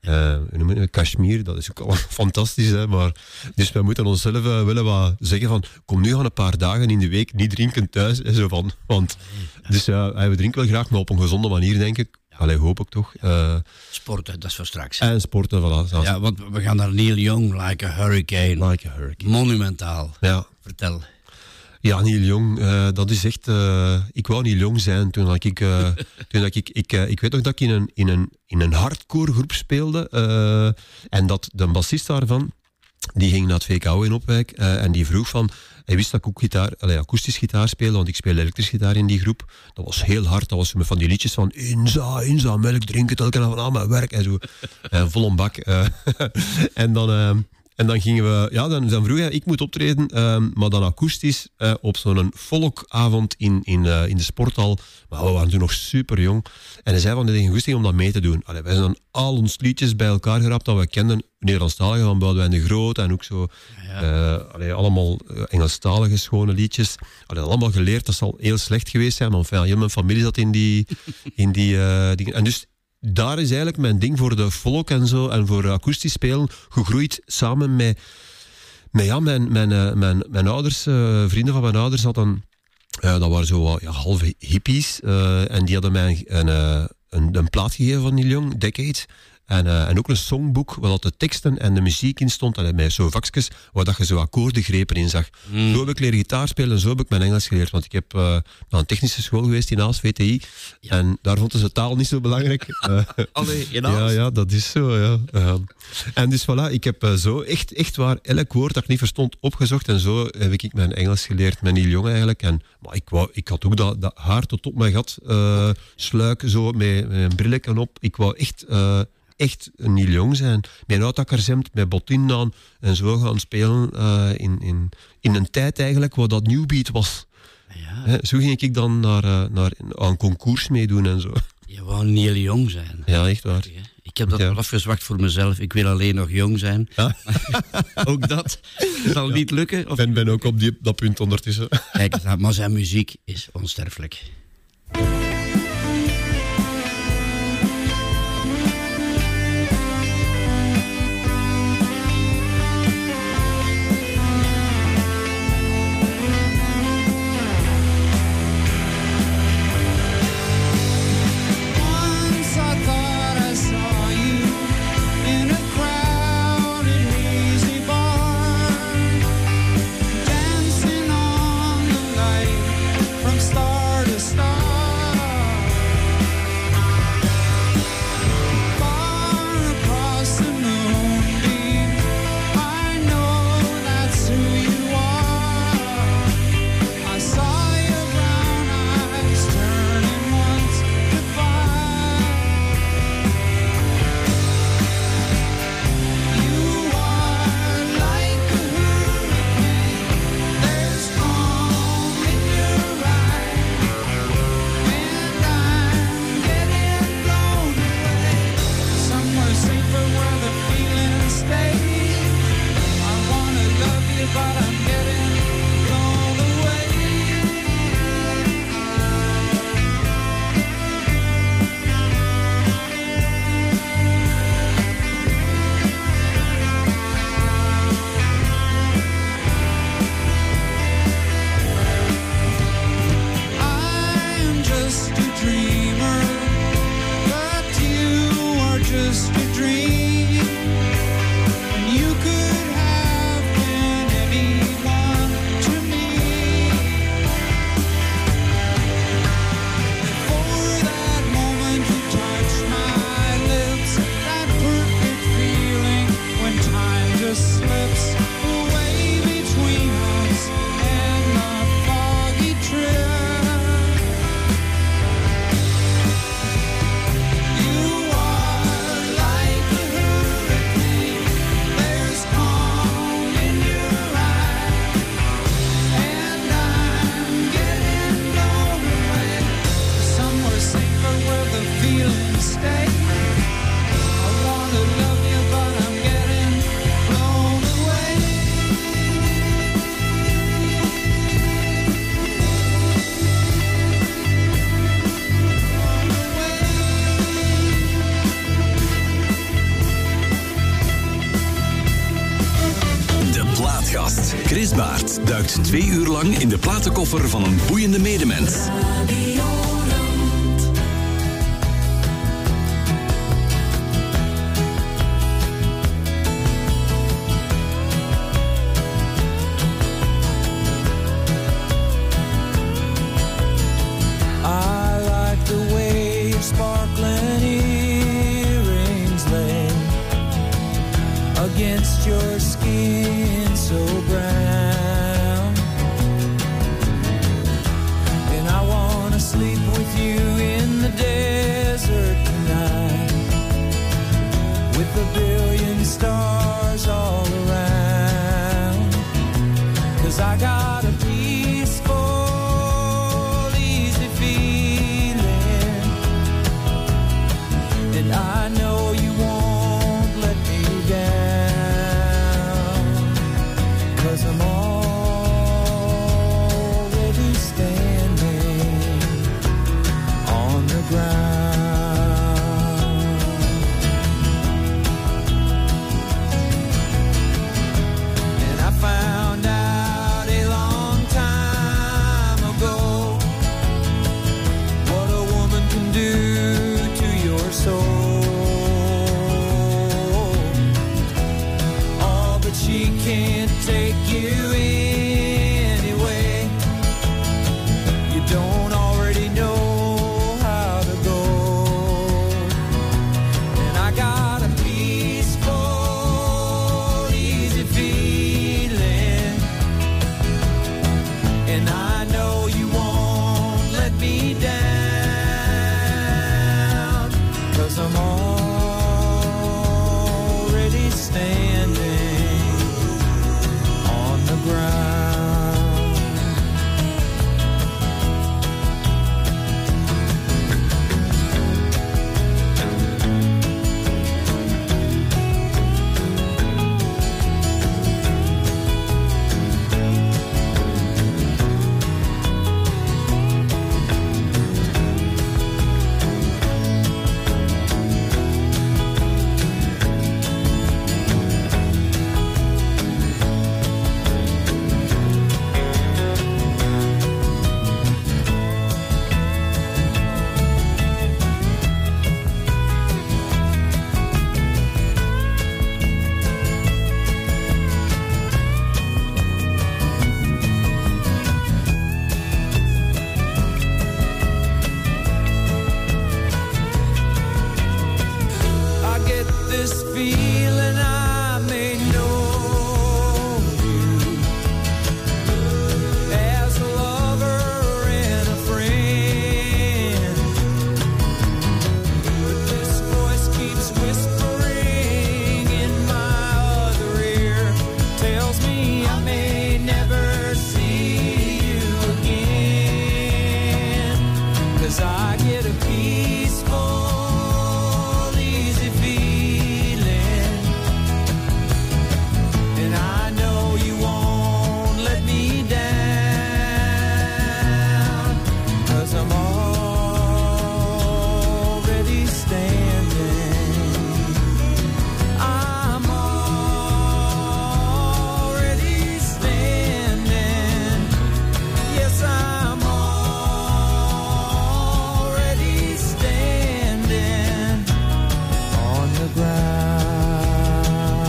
Uh, Kashmir, dat is ook al fantastisch, hè, maar dus we moeten onszelf uh, willen wat zeggen van kom nu gaan een paar dagen in de week niet drinken thuis en zo van, want dus ja, uh, we drinken wel graag, maar op een gezonde manier denk ik. Allee, hoop ik toch. Uh, sporten, dat is voor straks. En sporten, voilà. Ja, want we gaan naar Neil Young, Like a Hurricane. Like a Hurricane. Monumentaal. Ja. Vertel. Ja, Neil Young, uh, dat is echt... Uh, ik wou Neil Young zijn toen dat ik... Uh, toen dat ik, ik, uh, ik weet nog dat ik in een, in een, in een hardcore groep speelde. Uh, en dat de bassist daarvan, die ging naar het V K O in Opwijk. Uh, en die vroeg van... Hij wist dat ik ook gitaar, allee, akoestisch gitaar speelde, want ik speelde elektrisch gitaar in die groep. Dat was heel hard. Dat was met van die liedjes van... Inza, Inza, melk drinken, telkens van aan mijn werk. En zo. En vol een bak. Uh, en dan... Uh, En dan gingen we, ja, dan, dan vroeg hij, ik moet optreden, um, maar dan akoestisch uh, op zo'n volkavond in, in, uh, in de sporthal. Maar we waren toen nog super jong. En hij zei van, dit is een goesting om dat mee te doen. Allee, wij zijn dan al ons liedjes bij elkaar gerapt dat we kenden. Nederlandstalige van Boudewijn de Groot en ook zo. Ja, ja. Uh, allee, allemaal Engelstalige schone liedjes. Allee, allemaal geleerd, dat zal heel slecht geweest zijn. Maar enfin, heel mijn familie zat in die, in die uh, dingen. En dus... Daar is eigenlijk mijn ding voor de folk en zo en voor akoestisch spelen gegroeid samen met, met ja, mijn, mijn, mijn, mijn, mijn ouders, uh, vrienden van mijn ouders hadden, uh, dat waren zo ja, halve hippies uh, en die hadden mij een, uh, een, een plaat gegeven van Neil Young, Decade. En, uh, en ook een songboek waar dat de teksten en de muziek in stond. En met zo'n vakjes waar dat je zo akkoordengrepen in zag. Mm. Zo heb ik leren gitaar spelen en zo heb ik mijn Engels geleerd. Want ik heb uh, naar een technische school geweest in Aalst, V T I. Ja. En daar vonden ze taal niet zo belangrijk. Uh, Allee, in Aalst? Ja, ja, dat is zo, ja. Uh, en dus voilà, ik heb uh, zo echt, echt waar elk woord dat ik niet verstond opgezocht. En zo heb ik mijn Engels geleerd met Neil Young eigenlijk. En, maar ik, wou, ik had ook dat, dat haar tot op mijn gat uh, sluiken, zo met, met een brilletje op. Ik wou echt... Uh, echt Neil Young zijn. Met een uitakkershemd, met botin aan en zo gaan spelen uh, in, in, in een tijd eigenlijk waar dat New Beat was. Ja. He, zo ging ik dan naar, uh, naar aan concours meedoen en zo. Je wou Neil Young zijn. Ja, echt waar. Ik heb dat ja. wel afgezwakt voor mezelf. Ik wil alleen nog jong zijn. Ja. Ook dat zal ja. niet lukken. Ik ben, ben ook op die, dat punt ondertussen. Kijk, maar zijn muziek is onsterfelijk. Chris Baert duikt twee uur lang in de platenkoffer van een boeiende medemens. Against your skin so brown, and I wanna sleep with you in the desert tonight, with a billion stars all around, 'cause I got a peaceful, easy feeling, and I know you won't let me down, 'cause I'm already standing on the ground. 'cause I get a peaceful, easy feeling, and I know you won't let me down, 'cause I'm already standing. I'm already standing. Yes, I'm already standing on the ground.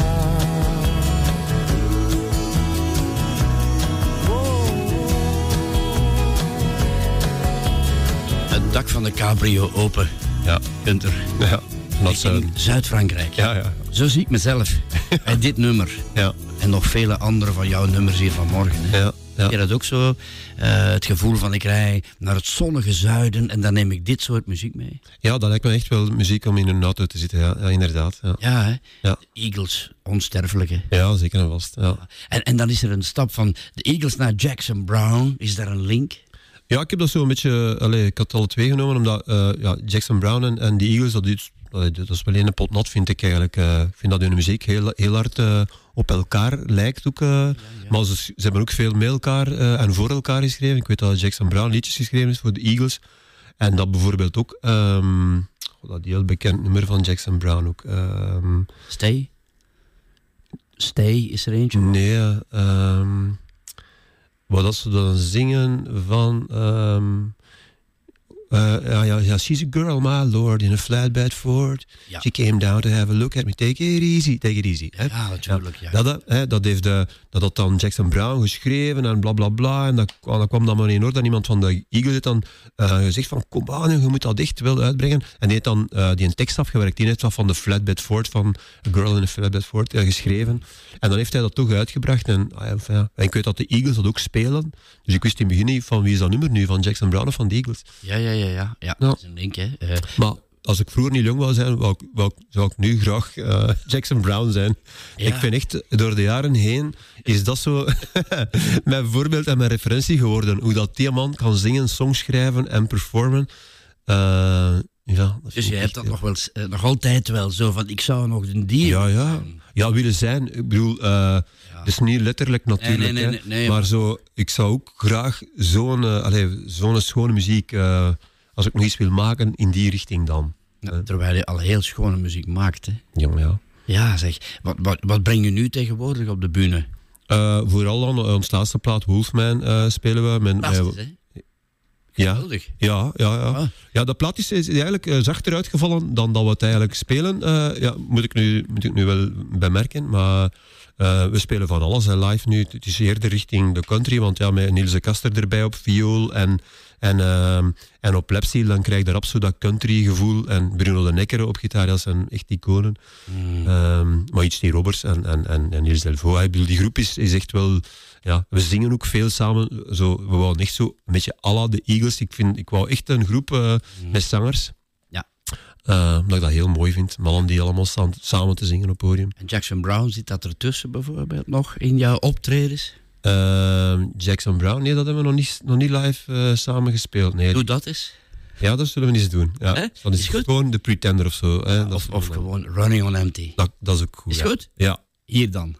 Het dak van de cabrio open. Ja. Gunther. Ja. Dat is, In Zuid-Frankrijk. ja, ja. Zo zie ik mezelf. Bij dit nummer. Ja. En nog vele andere van jouw nummers hier vanmorgen. Hè. Ja. Heb Ja. je dat ook zo? Eh, het gevoel van ik rij naar het zonnige zuiden en dan neem ik dit soort muziek mee. Ja, dat lijkt me echt wel muziek om in een auto te zitten. Ja, ja inderdaad. Ja. Ja, hè? Ja. De Eagles, onsterfelijke. Ja, zeker en vast. Ja. En, en dan is er een stap van de Eagles naar Jackson Brown. Is daar een link? Ja, ik heb dat zo een beetje... Allee, ik had alle twee genomen, omdat uh, ja, Jackson Brown en, en de Eagles, dat is, dat is wel een pot nat, vind ik eigenlijk. Uh, ik vind dat hun muziek heel, heel hard uh, op elkaar lijkt ook. Uh, ja, ja. Maar ze, ze hebben ook veel met elkaar uh, en voor elkaar geschreven. Ik weet dat Jackson Brown liedjes geschreven is voor de Eagles. En dat bijvoorbeeld ook... Um, dat heel bekend nummer van Jackson Brown ook. Um, Stay? Stay is er eentje? Nee, um, wat dat ze dan zingen van... Um, uh, ja, ja, ja, she's a girl, my lord, in a flatbed Ford. Ja. She came down to have a look at me. Take it easy, take it easy. Hè? Ja, natuurlijk. Ja. Dat, dat, hè, dat, heeft de, dat had dan Jackson Brown geschreven en bla bla bla. En dat, dat kwam dan maar in orde. En iemand van de Eagles heeft dan uh, gezegd van kom aan, je moet dat echt wel uitbrengen. En die heeft dan uh, die een tekst afgewerkt. Die heeft wat van de Flatbed Ford, van A Girl in a Flatbed Ford, uh, geschreven. En dan heeft hij dat toch uitgebracht. En, uh, ja, en ik weet dat de Eagles dat ook spelen. Dus ik wist in het begin niet van wie is dat nummer nu, van Jackson Brown of van de Eagles. Ja, ja, ja. ja. ja, Ja. dat is een link, hè. Uh, Maar als ik vroeger niet jong wou zijn, wou ik, wou ik, zou ik nu graag uh, Jackson Brown zijn. Ja. Ik vind echt, door de jaren heen, is dat zo mijn voorbeeld en mijn referentie geworden. Hoe dat die man kan zingen, songs schrijven en performen. Uh, ja, dat dus je vind ik hebt echt dat heel- nog, wel, uh, nog altijd wel zo van, ik zou nog een dier Ja, ja. zijn. Ja, willen zijn. Ik bedoel, uh, dus niet letterlijk natuurlijk. Nee, nee, hè. nee, nee, nee, maar maar- zo, ik zou ook graag zo'n uh, allee, zo'n schone muziek, uh, als ik nog iets wil maken, in die richting dan. Ja, terwijl je al heel schone muziek maakt, hè. Ja, maar ja. Ja, zeg. Wat, wat, wat breng je nu tegenwoordig op de bühne? Uh, vooral dan uh, ons laatste plaat Wolfman uh, spelen we. Met, Fantastisch, uh, hè? ja, Geweldig. ja, ja, ja. Ah. Ja, dat plaat is, is eigenlijk uh, zachter uitgevallen dan dat we het eigenlijk spelen. Uh, ja, moet ik nu, moet ik nu wel bemerken. Maar uh, we spelen van alles hè, live nu. Het is eerder richting de country, want ja, met Niels de Kaster erbij op viool en, en, uh, en op lapsteel, dan krijg je daar absoluut dat country gevoel. En Bruno de Necker op gitaar, dat zijn echt iconen. Mm. Um, maar iets die Roberts en, en, en, en Niels Delvaux. Ik bedoel, die groep is, is echt wel... Ja, we zingen ook veel samen. Zo, we wouden echt zo een beetje à la de Eagles. Ik, vind, ik wou echt een groep uh, Mm. met zangers. Ja. Uh, omdat ik dat heel mooi vind. Mannen die allemaal staan samen te zingen op het podium. En Jackson Brown, zit dat ertussen bijvoorbeeld nog in jouw optredens? Uh, Jackson Brown, nee, dat hebben we nog niet, nog niet live uh, samen gespeeld. Nee. Doe dat eens. Ja, dat zullen we eens doen. Ja. Hè? Dan is Is het goed. gewoon de Pretender of zo. Hè. Dat Of, is- of gewoon Running on Empty. Dat, dat is ook goed. Is ja. goed? Ja. Hier dan.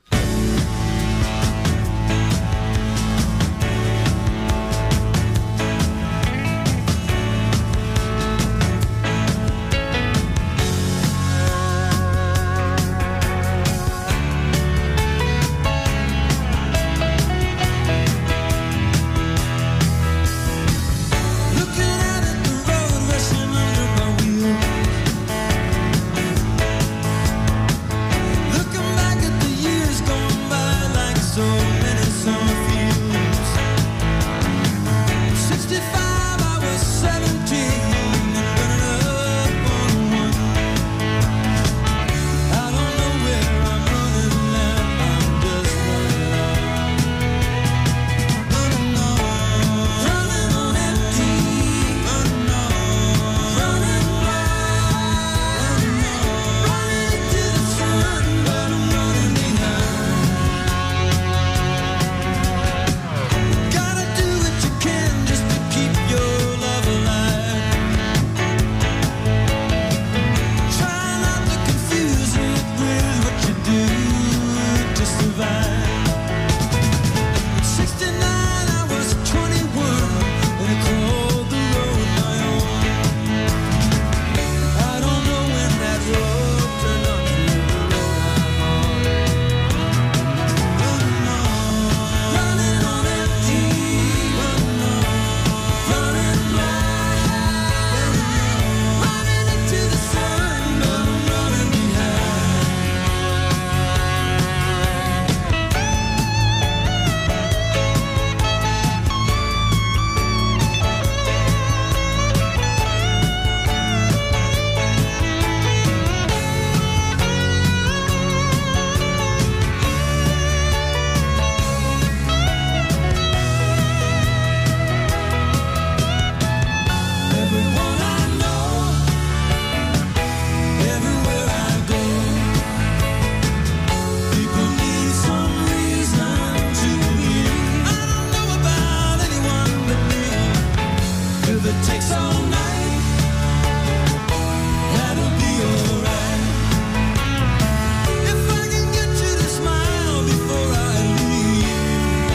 Looking out at the road rushing under my wheels. Looking back at the years gone if it takes all night, that'll be alright. If I can get you to smile before I leave,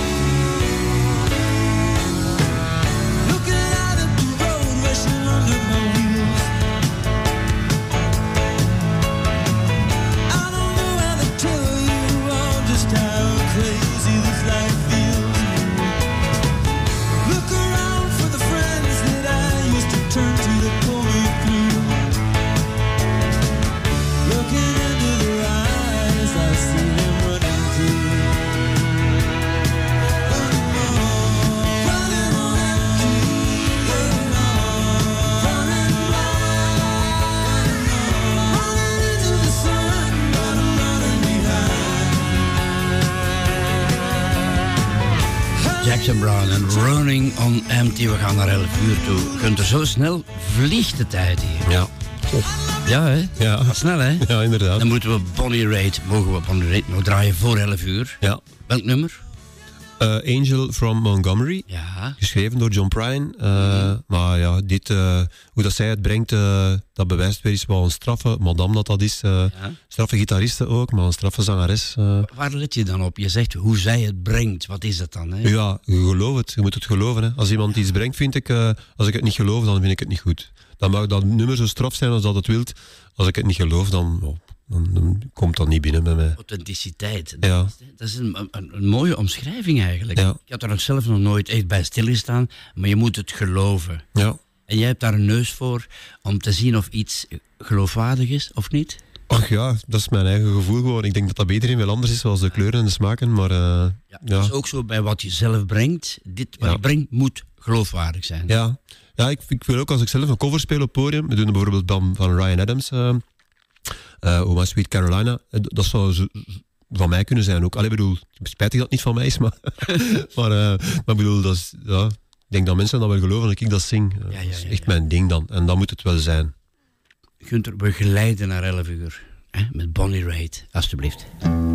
looking out at the road rushing under my wheels, I don't know how to tell you all just how crazy this life feels. Look around for the friends that I used to turn to to pull me through. Looking into their eyes, I see them running through. Running on, running on empty, running on, running blind, running into the sun, but I'm running behind. Jackson Browne en Running on Empty. We gaan naar elf uur toe. Gunther, zo snel vliegt de tijd hier. Ja. Ja, hè? Ja. Snel, hè? Ja, inderdaad. Dan moeten we Bonnie Raitt, mogen we Bonnie Raitt nog draaien voor elf uur. Ja. Welk nummer? Uh, Angel from Montgomery. Ja. Geschreven door John Prine. Uh, maar ja, dit, uh, hoe dat zij het brengt, uh, dat bewijst weer eens wel een straffe madame dat dat is. Uh, Ja. Straffe gitariste ook, maar een straffe zangeres. Uh, Waar let je dan op? Je zegt hoe zij het brengt. Wat is dat dan? Hè? ja, je gelooft het. Je moet het geloven. Hè. Als iemand iets brengt, vind ik, uh, als ik het niet geloof, dan vind ik het niet goed. Dan mag dat nummer zo straf zijn als dat het wilt. Als ik het niet geloof, dan, oh, dan, dan komt dat niet binnen bij mij. Authenticiteit. Ja. Dat is, dat is een, een, een mooie omschrijving eigenlijk. Ja. Ik had er nog zelf nog nooit echt bij stilgestaan, maar je moet het geloven. Ja. En jij hebt daar een neus voor om te zien of iets geloofwaardig is of niet? Ach ja, dat is mijn eigen gevoel gewoon. Ik denk dat dat bij iedereen wel anders is, zoals de kleuren en de smaken. Maar uh, Ja, ja. dat is ook zo bij wat je zelf brengt. Dit wat Ja. je brengt moet geloofwaardig zijn. Ja, ja ik, ik wil ook als ik zelf een cover speel op podium. We doen bijvoorbeeld van, van Ryan Adams, uh, uh, Oh My Sweet Carolina. Uh, dat zou zo, van mij kunnen zijn ook. Allee, bedoel, spijtig dat het niet van mij is, maar, maar, uh, maar bedoel, dat is, ja, ik denk dat mensen dat wel geloven dat ik dat zing. Uh, Ja, ja, dat is ja, echt ja. mijn ding dan. En dat moet het wel zijn. Gunther, we glijden naar elf uur. Hè? Met Bonnie Raitt, alstublieft.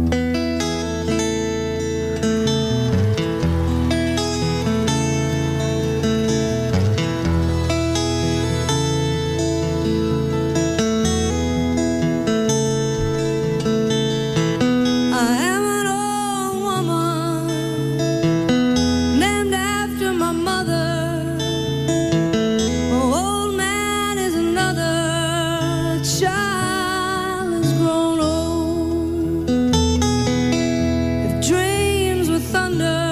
I am an old woman named after my mother. My old man is another. Child has grown old. If dreams were thunder,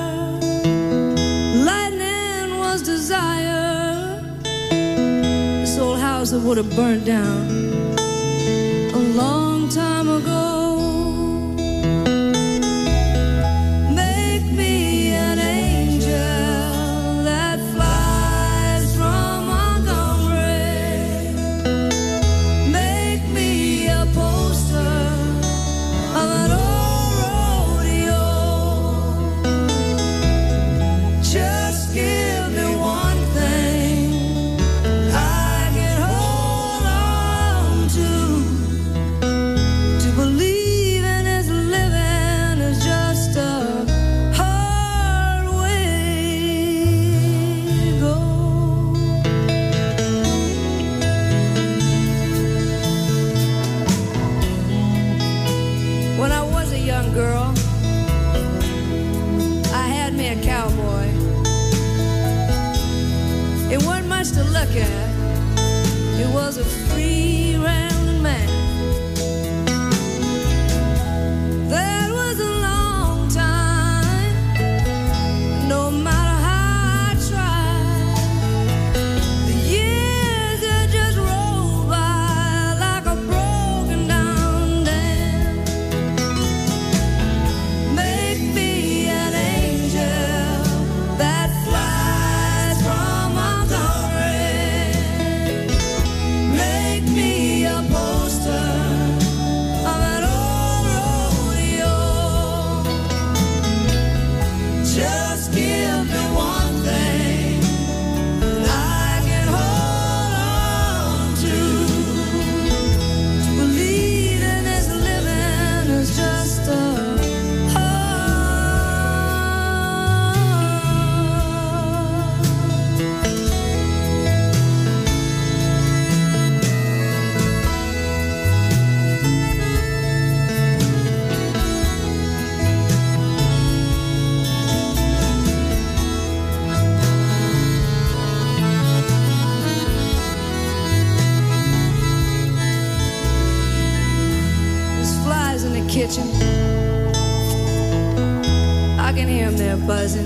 lightning was desire, this old house that would have burnt down a long time ago. Make me an angel that flies from Montgomery. Make me a poster of an old rodeo. Just give me one thing I can hold on to. To believe in his living is just a hard way to go. When I was a young girl, I had me a cowboy. It wasn't much to look at. It was a free rounding man. That was a long time. No matter how I tried, the years they just rolled by like a broken down dam. Make me an angel that flies from Montgomery. Make me kitchen. I can hear them there buzzing.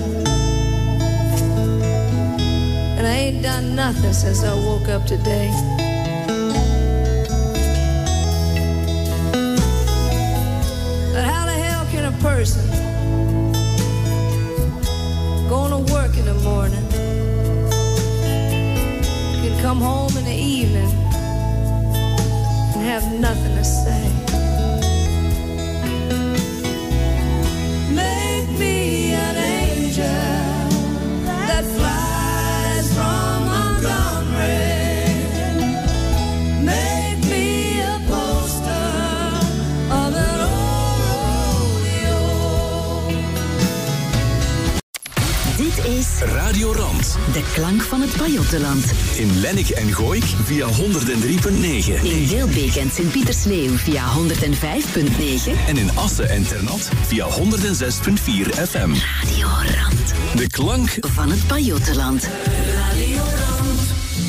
And I ain't done nothing since I woke up today. But how the hell can a person going to work in the morning can come home in the evening and have nothing to say? Make me an angel that flies from Montgomery. Make me a poster of an old rodeo. Dit is Radio Rand. de klank van het Pajottenland. In Lennik en Gooik via honderd drie komma negen. In Wilbeek en Sint-Pietersleeuw via honderd vijf komma negen. En in Assen en Ternat via honderd zes komma vier F M. Radio Rand. De klank Van het Pajottenland. Radio Rand.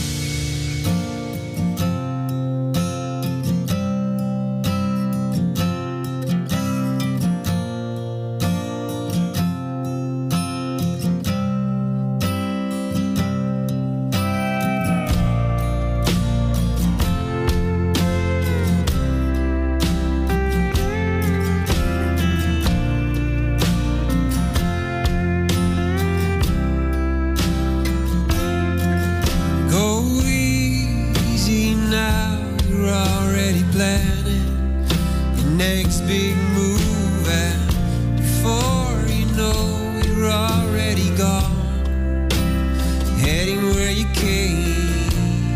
Go easy now, you're already planning your next big move, and before you know, you're already gone, heading where you came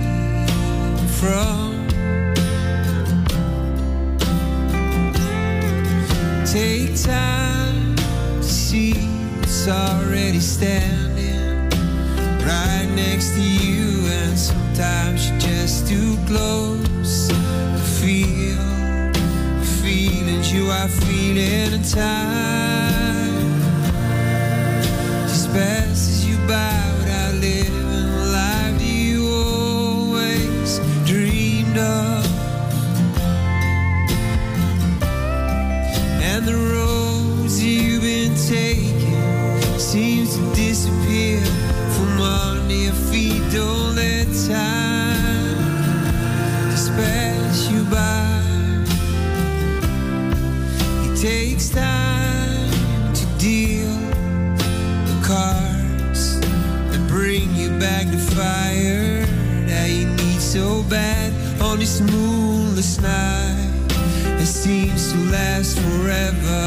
from. Take time to see what's already standing right next to you, and sometimes you're just too close to feel the feelings you are feeling in time. Just passes you by without living the life that you always dreamed of. And the roads you've been taking seem to disappear from under your feet. Don't let time just pass you by. It takes time to deal the cards that bring you back to fire that you need so bad on this moonless night. It seems to last forever.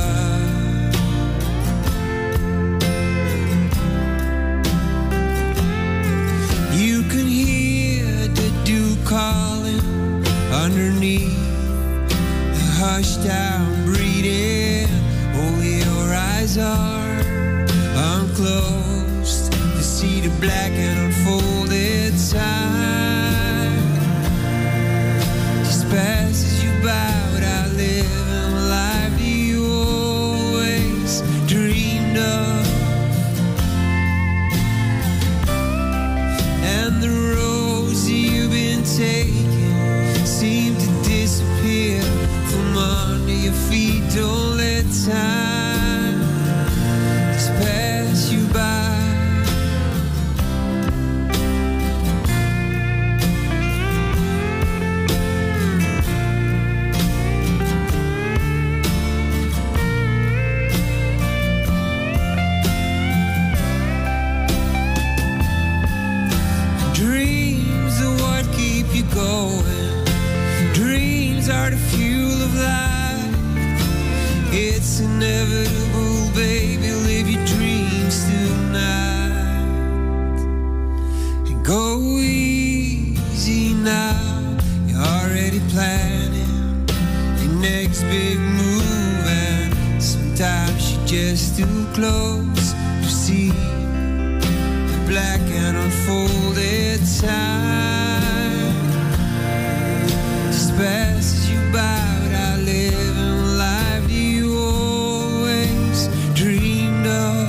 You can hear the dew calling underneath the hushed down breathing. Only your eyes are unclosed to see the black and unfolded time. Just passes you by without living the life that you always dreamed of. And the roads you've been taking seem to disappear from under your feet. Don't let time just pass you by. Dreams are what keep you going. Dreams are the fuel of life. It's inevitable, baby. Live your dreams tonight. And go easy now. You're already planning your next big move, and sometimes you're just too close to see the black and unfolded time. Just passes you by without living the life that you always dreamed of.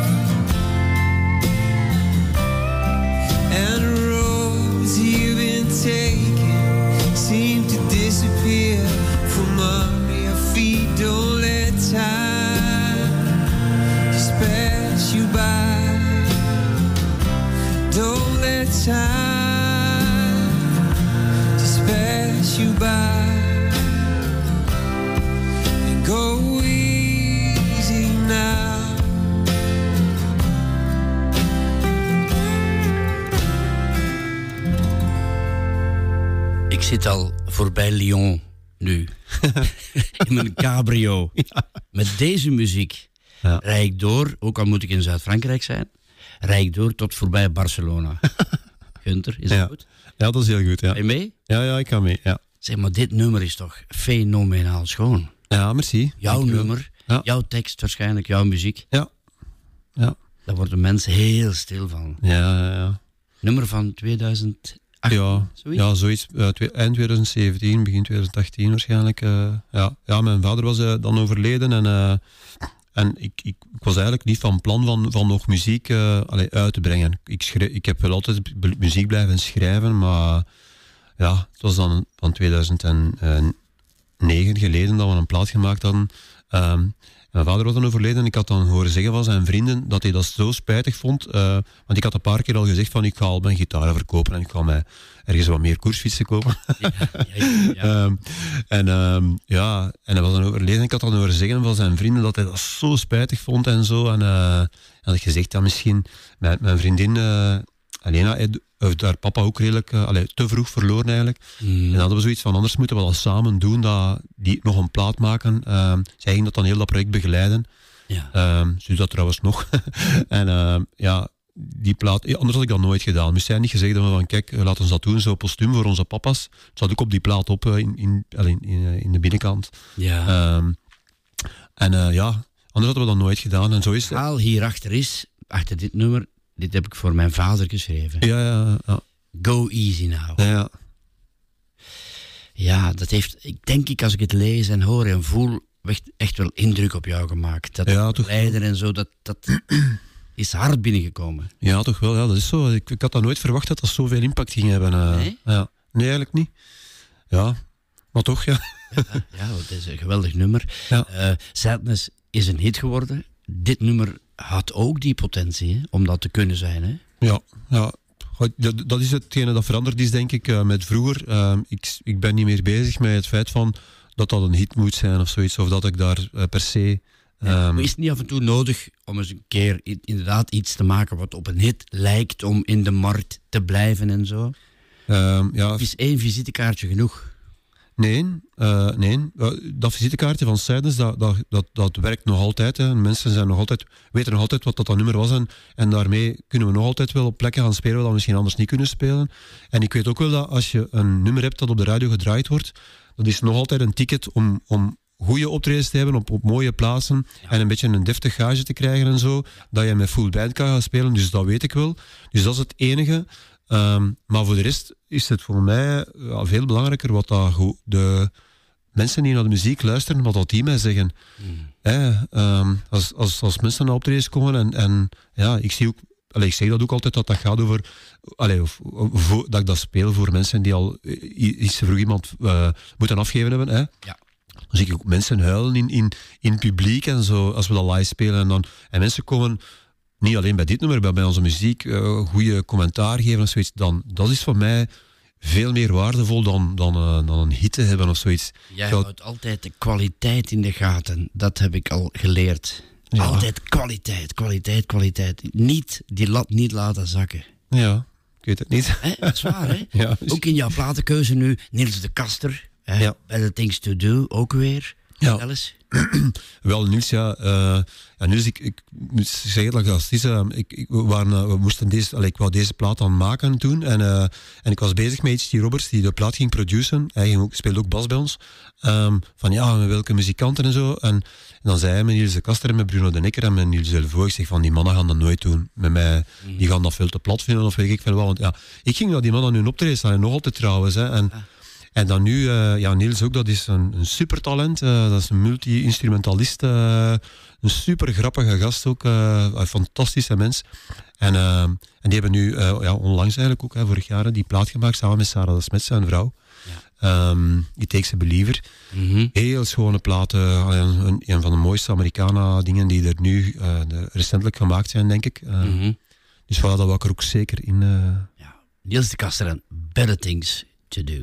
And the roads you've been taking seem to disappear from under your feet. Don't don't let time just pass you by and go easy now. Ik zit al voorbij Lyon nu. In mijn cabrio. Ja. Met deze muziek ja. rijd ik door, ook al moet ik in Zuid-Frankrijk zijn, rijd ik door tot voorbij Barcelona. Gunther, is dat ja. goed? Ja, dat is heel goed. Ja. Ga je mee? Ja, ja, ik ga mee. Ja. Zeg maar, dit nummer is toch fenomenaal schoon? Ja, merci. Jouw nummer, ja. jouw tekst waarschijnlijk, jouw muziek. Ja. ja. Daar worden mensen heel stil van. Ja, ja, ja. Nummer van tweeduizend acht, ja, zoiets? Ja, zoiets. Uh, twe- eind twintig zeventien, begin twintig achttien waarschijnlijk. Uh, ja. ja, mijn vader was uh, dan overleden en, uh, en ik, ik, ik was eigenlijk niet van plan van, van nog muziek uh, allee, uit te brengen. Ik, schreef, ik heb wel altijd b- muziek blijven schrijven, maar ja, het was dan van tweeduizend negen geleden dat we een plaat gemaakt hadden. Um, Mijn vader was dan overleden en ik had dan horen zeggen van zijn vrienden dat hij dat zo spijtig vond. Uh, want ik had een paar keer al gezegd van ik ga al mijn gitaar verkopen en ik ga mij ergens wat meer koersfietsen kopen. Ja, ja, ja. um, en um, ja, en hij was dan overleden en ik had dan horen zeggen van zijn vrienden dat hij dat zo spijtig vond en zo. En uh, had ik gezegd, ja misschien mijn, mijn vriendin uh, Alena heeft haar papa ook redelijk uh, allee, te vroeg verloren eigenlijk. Mm. En dan hadden we zoiets van, anders moeten we dat samen doen, dat, die nog een plaat maken. Uh, zij ging dat dan heel dat project begeleiden. Ja. Uh, ze doet dat trouwens nog. en uh, ja, die plaat, ja, anders had ik dat nooit gedaan. Moest zij niet gezegd hebben van, kijk, laten we dat doen, zo postuum voor onze papa's. Het zat ook op die plaat op, uh, in, in, in, in, in de binnenkant. Ja. Uh, en uh, ja, anders hadden we dat nooit gedaan. En zo is het verhaal hierachter is, achter dit nummer, dit heb ik voor mijn vader geschreven. Ja, ja, ja. Go easy now. Ja, ja. Ja, dat heeft, ik denk ik, als ik het lees en hoor en voel, echt, echt wel indruk op jou gemaakt. Dat ja, toch lijden en zo, dat, dat is hard binnengekomen. Ja, toch wel. Ja, dat is zo. Ik, ik had dat nooit verwacht dat dat zoveel impact ging hebben. Uh, nee? Ja. Nee, eigenlijk niet. Ja, maar toch, ja. Ja, ja, het is een geweldig nummer. Ja. Uh, Sadness is een hit geworden. Dit nummer had ook die potentie, hè, om dat te kunnen zijn. Hè? Ja, ja. Dat is hetgene dat veranderd is, denk ik, uh, met vroeger. Uh, ik, ik ben niet meer bezig met het feit van dat dat een hit moet zijn of zoiets, of dat ik daar uh, per se... Um... Ja, maar is het niet af en toe nodig om eens een keer inderdaad iets te maken wat op een hit lijkt, om in de markt te blijven en zo? Um, ja. Is één visitekaartje genoeg? Nee, uh, nee. Uh, dat visitekaartje van Sadness, dat, dat, dat, dat werkt nog altijd. Hè. Mensen zijn nog altijd, weten nog altijd wat dat, dat nummer was. En, en daarmee kunnen we nog altijd wel op plekken gaan spelen waar we misschien anders niet kunnen spelen. En ik weet ook wel dat als je een nummer hebt dat op de radio gedraaid wordt, dat is nog altijd een ticket om, om goede optredens te hebben op, op mooie plaatsen. Ja. En een beetje een deftig gage te krijgen en zo. Dat je met full band kan gaan spelen. Dus dat weet ik wel. Dus dat is het enige. Um, maar voor de rest is het voor mij ja, veel belangrijker wat dat go- de mensen die naar de muziek luisteren, wat dat die mij zeggen. Mm. Eh, um, als, als, als mensen naar optredens komen en, en ja, ik zie ook, allez, ik zeg dat ook altijd dat dat gaat over, allez, of, of, of, dat ik dat speel voor mensen die al iets te vroeg iemand uh, moeten afgeven hebben. Hè. Ja. Dan zie ik ook mensen huilen in, in, in het publiek en zo, als we dat live spelen. En, dan, en mensen komen niet alleen bij dit nummer, maar bij onze muziek uh, goede commentaar geven of zoiets. Dan, dat is voor mij veel meer waardevol dan, dan, uh, dan een hit te hebben of zoiets. Jij Zou... houdt altijd de kwaliteit in de gaten. Dat heb ik al geleerd. Ja. Altijd kwaliteit, kwaliteit, kwaliteit. Niet die lat niet laten zakken. Ja, ik weet het niet. Hè, dat is waar, hè? Ja, ook in jouw platenkeuze nu, Niels de Kaster. Hè? Ja. Bij The Things to Do ook weer. Ja. Alles. Wel, Niels, ja. Uh, ja Niels, ik, ik moet zeggen dat dat is. Uh, ik, ik, we, waren, uh, we moesten deze, allee, ik wou deze plaat aan maken toen. En, uh, en ik was bezig met H T Roberts, die de plaat ging produceren. Hij ging ook, speelde ook bas bij ons. Um, van ja, met welke muzikanten en zo. En, en dan zei hij met Niels de Kaster en met Bruno de Necker en met Niels Delvaux. Ik zeg van, die mannen gaan dat nooit doen. Met mij, mm. Die gaan dat veel te plat vinden of weet ik veel wat. Want ja, ik ging naar die mannen nu optreden staan en nog altijd trouwens. Hè, en, ah. En dan nu, uh, ja, Niels ook, dat is een, een supertalent. Uh, dat is een multi-instrumentalist. Uh, een super grappige gast ook. Uh, een fantastische mens. En, uh, en die hebben nu, uh, ja, onlangs eigenlijk ook, hè, vorig jaar, die plaat gemaakt samen met Sarah de Smet, zijn vrouw. Ja. Um, It Takes a Believer. Mm-hmm. Heel schone platen. Uh, een, een van de mooiste Americana-dingen die er nu uh, de, recentelijk gemaakt zijn, denk ik. Uh, mm-hmm. Dus voilà, dat wou ik er ook zeker in... Uh... Ja, Niels de Kaster en Better Things to Do.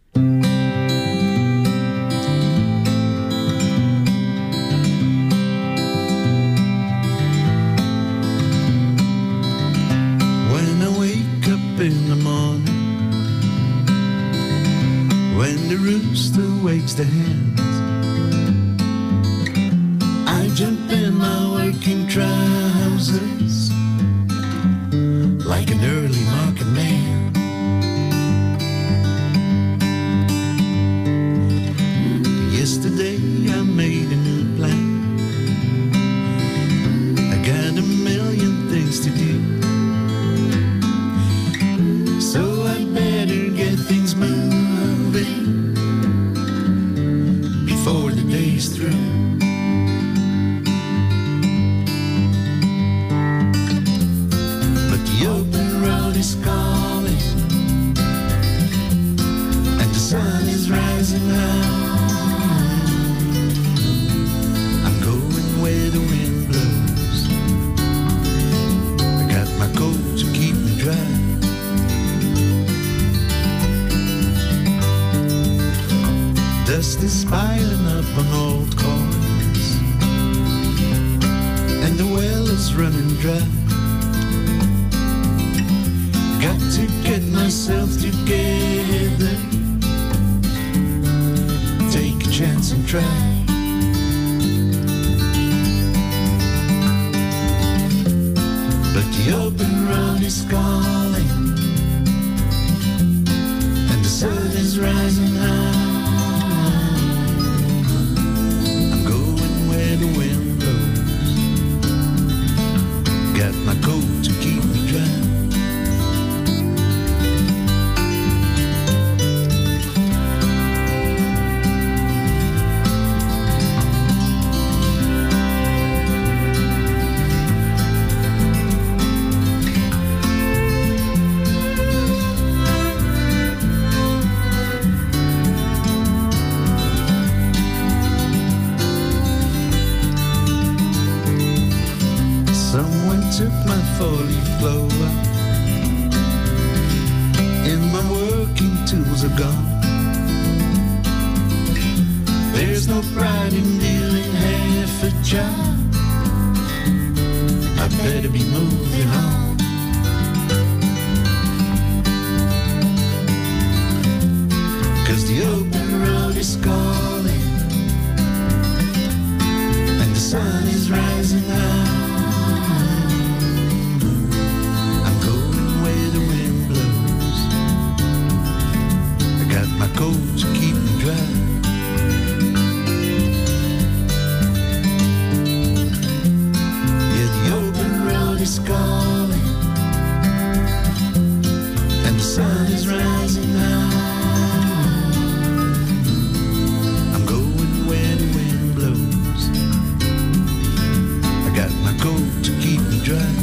When I wake up in the morning, when the rooster wakes the hens, I jump in my working trousers like an early market man. Yesterday I made a new plan. I got a million things to do, so I better get things moving before the day's through. But the open road is calling, and the sun is rising high. I'm going where the wind blows. I got my coat to keep me dry. Dust is piling up on old coins, and the well is running dry. Got to get myself together, take a chance and try. But the open road is calling, and the sun is rising high. The wind blows, got my coat to keep me dry. Took my four-leaf clover, and my working tools are gone. There's no pride in doing half a job. I better be moving on. Cause the open road is calling, and the sun is rising high. My coat to keep me dry. Yeah, the open road is calling, and the sun is rising high. I'm going where the wind blows. I got my coat to keep me dry.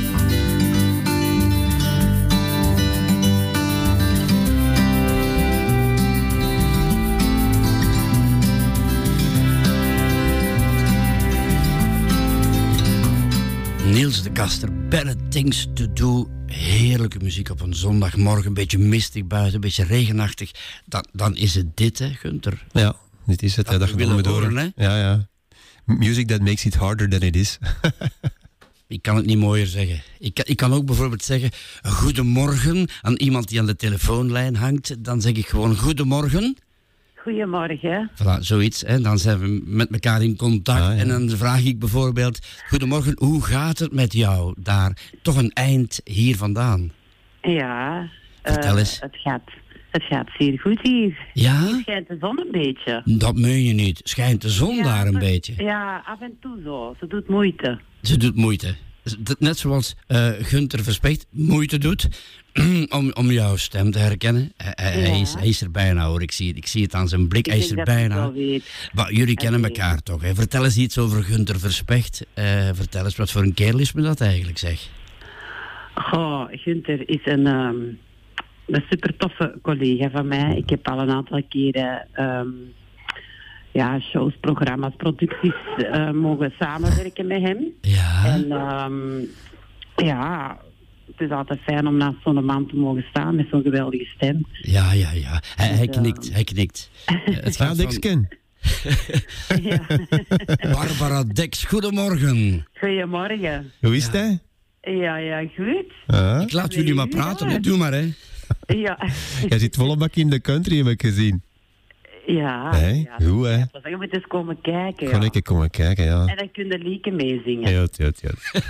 Niels de Kaster, Better Things to Do. Heerlijke muziek op een zondagmorgen. Een beetje mistig buiten, een beetje regenachtig. Dan, dan is het dit, hè, Gunther? Ja, dit is het. Dat hè, dat we willen moet horen, hè? Ja, ja. Music that makes it harder than it is. Ik kan het niet mooier zeggen. Ik kan, ik kan ook bijvoorbeeld zeggen goedemorgen aan iemand die aan de telefoonlijn hangt. Dan zeg ik gewoon goedemorgen. Goedemorgen. Voilà, zoiets. Hè. Dan zijn we met elkaar in contact. Ah, ja. En dan vraag ik bijvoorbeeld, goedemorgen, hoe gaat het met jou daar? Toch een eind hier vandaan. Ja. Vertel uh, eens. Het gaat, het gaat zeer goed hier. Ja? Hier schijnt de zon een beetje. Dat meen je niet. Schijnt de zon ja, daar een maar, beetje? Ja, af en toe zo. Ze doet moeite. Ze doet moeite. Net zoals uh, Gunther Verspecht moeite doet om, om jouw stem te herkennen. Hij, ja. hij, is, hij is er bijna, hoor. Ik zie het, ik zie het aan zijn blik. Ik hij is er bijna. Maar jullie kennen weet. elkaar toch? Hè? Vertel eens iets over Gunther Verspecht. Uh, vertel eens, wat voor een kerel is me dat eigenlijk, zeg? Goh, Gunther is een, um, een super toffe collega van mij. Ik heb al een aantal keren um, ja, shows, programma's, producties uh, mogen samenwerken met hem. Ja. En um, ja, het is altijd fijn om naast zo'n man te mogen staan met zo'n geweldige stem. Ja, ja, ja. Hij, hij Dus, uh, knikt, hij knikt. Uh, het Ja, gaat Dex van ken. Ja. Barbara Dex, goedemorgen. Goedemorgen. Hoe is hij? Ja, ja, goed. Ah. Ik laat jullie maar praten, hè. Doe maar, hè. Ja. Jij zit volle bak in de country, heb ik gezien. Ja. Hé, ja, goed, hè? dat je moet eens komen kijken. Gewoon Ja. een keer komen kijken, ja. En dan kun je lieken meezingen. Ja, ja, ja.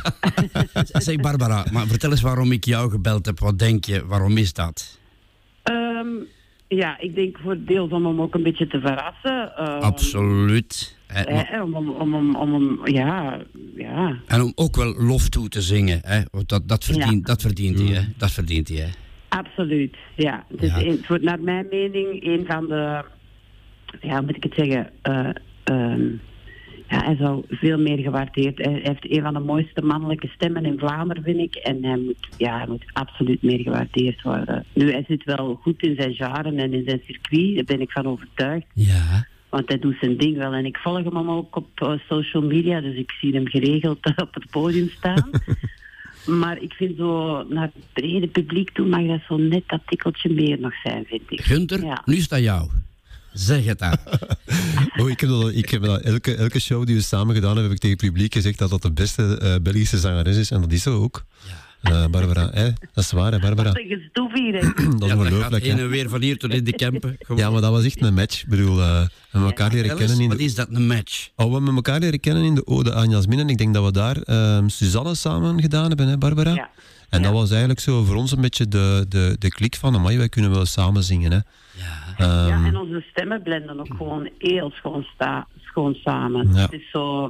Zeg Barbara, maar vertel eens waarom ik jou gebeld heb. Wat denk je, waarom is dat? Ehm, ja, ik denk voor deels om hem ook een beetje te verrassen. Ehm, Absoluut. Hè, maar- hè, om, om, om, om, om, om- ja, ja. En om ook wel lof toe te zingen. Hè? Want dat, dat, verdient, Ja. dat verdient hij, hè. Dat verdient hij, hè. Absoluut, ja. Het is Ja. een, voor, naar mijn mening een van de, ja, hoe moet ik het zeggen, eh, ehm, ja, hij zou veel meer gewaardeerd. Hij heeft een van de mooiste mannelijke stemmen in Vlaanderen, vind ik. En hij moet, ja, hij moet absoluut meer gewaardeerd worden. Nu, hij zit wel goed in zijn genre en in zijn circuit, daar ben ik van overtuigd. Ja. Want hij doet zijn ding wel. En ik volg hem ook op uh, social media, dus ik zie hem geregeld op het podium staan. Maar ik vind zo, naar het brede publiek toe mag dat zo net dat tikkeltje meer nog zijn, vind ik. Gunther, Ja. nu is dat jou. Zeg het dan. Oh, ik heb dat, ik heb dat elke, elke show die we samen gedaan hebben, heb ik tegen het publiek gezegd dat dat de beste uh, Belgische zangeres is. En dat is zo ook. Uh, Barbara, hè? Dat is waar, hè, Barbara? Dat is een gestoef hier, hè. Dat is Ja, dat gaat ongelooflijk, heen hè? en weer van hier tot in de Kempen. Gewoon. Ja, maar dat was echt een match. Ik bedoel, uh, we hebben elkaar leren Vertel eens, kennen in wat de... is dat, een match? Oh, we hebben elkaar leren kennen in de Ode aan Jasmin. En ik denk dat we daar uh, Suzanne samen gedaan hebben, hè, Barbara? Ja. En dat Ja. was eigenlijk zo voor ons een beetje de, de, de klik van, amai, wij kunnen wel samen zingen, hè? Ja. Um, Ja, en onze stemmen blenden ook gewoon heel schoon, sta, schoon samen. Ja. Het is zo...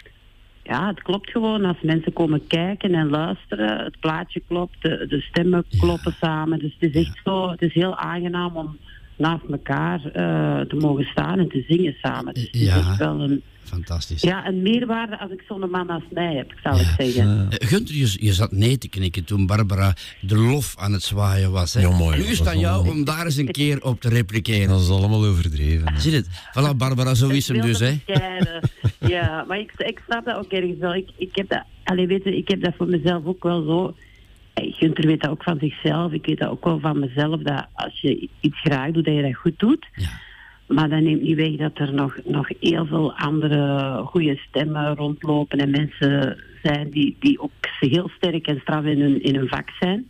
Ja, het klopt gewoon. Als mensen komen kijken en luisteren, het plaatje klopt, de, de stemmen Ja. kloppen samen. Dus het is echt zo... Het is heel aangenaam om naast elkaar uh, te mogen staan en te zingen samen. Dus het is Ja. echt wel een... Fantastisch. Ja, een meerwaarde als ik zo'n man naast mij heb, zal Ja. ik zeggen. uh, Eh, Gunther, je, je zat nee te knikken toen Barbara de lof aan het zwaaien was. Hè? Ja, mooi, Nu is dat het aan is jou allemaal- om daar eens een keer op te repliceren. dat is allemaal overdreven. hè. Zie je het? Voilà, Barbara, zo is hem Ik wil dus, dat hè? bescheiden. Ja, maar ik, ik snap dat ook ergens wel. Ik, ik, heb dat, allee, weet je, ik heb dat voor mezelf ook wel zo... Hey, Gunther weet dat ook van zichzelf. Ik weet dat ook wel van mezelf, dat als je iets graag doet, dat je dat goed doet. Ja. Maar dat neemt niet weg dat er nog, nog heel veel andere goede stemmen rondlopen en mensen zijn die, die ook heel sterk en straf in hun, in hun vak zijn.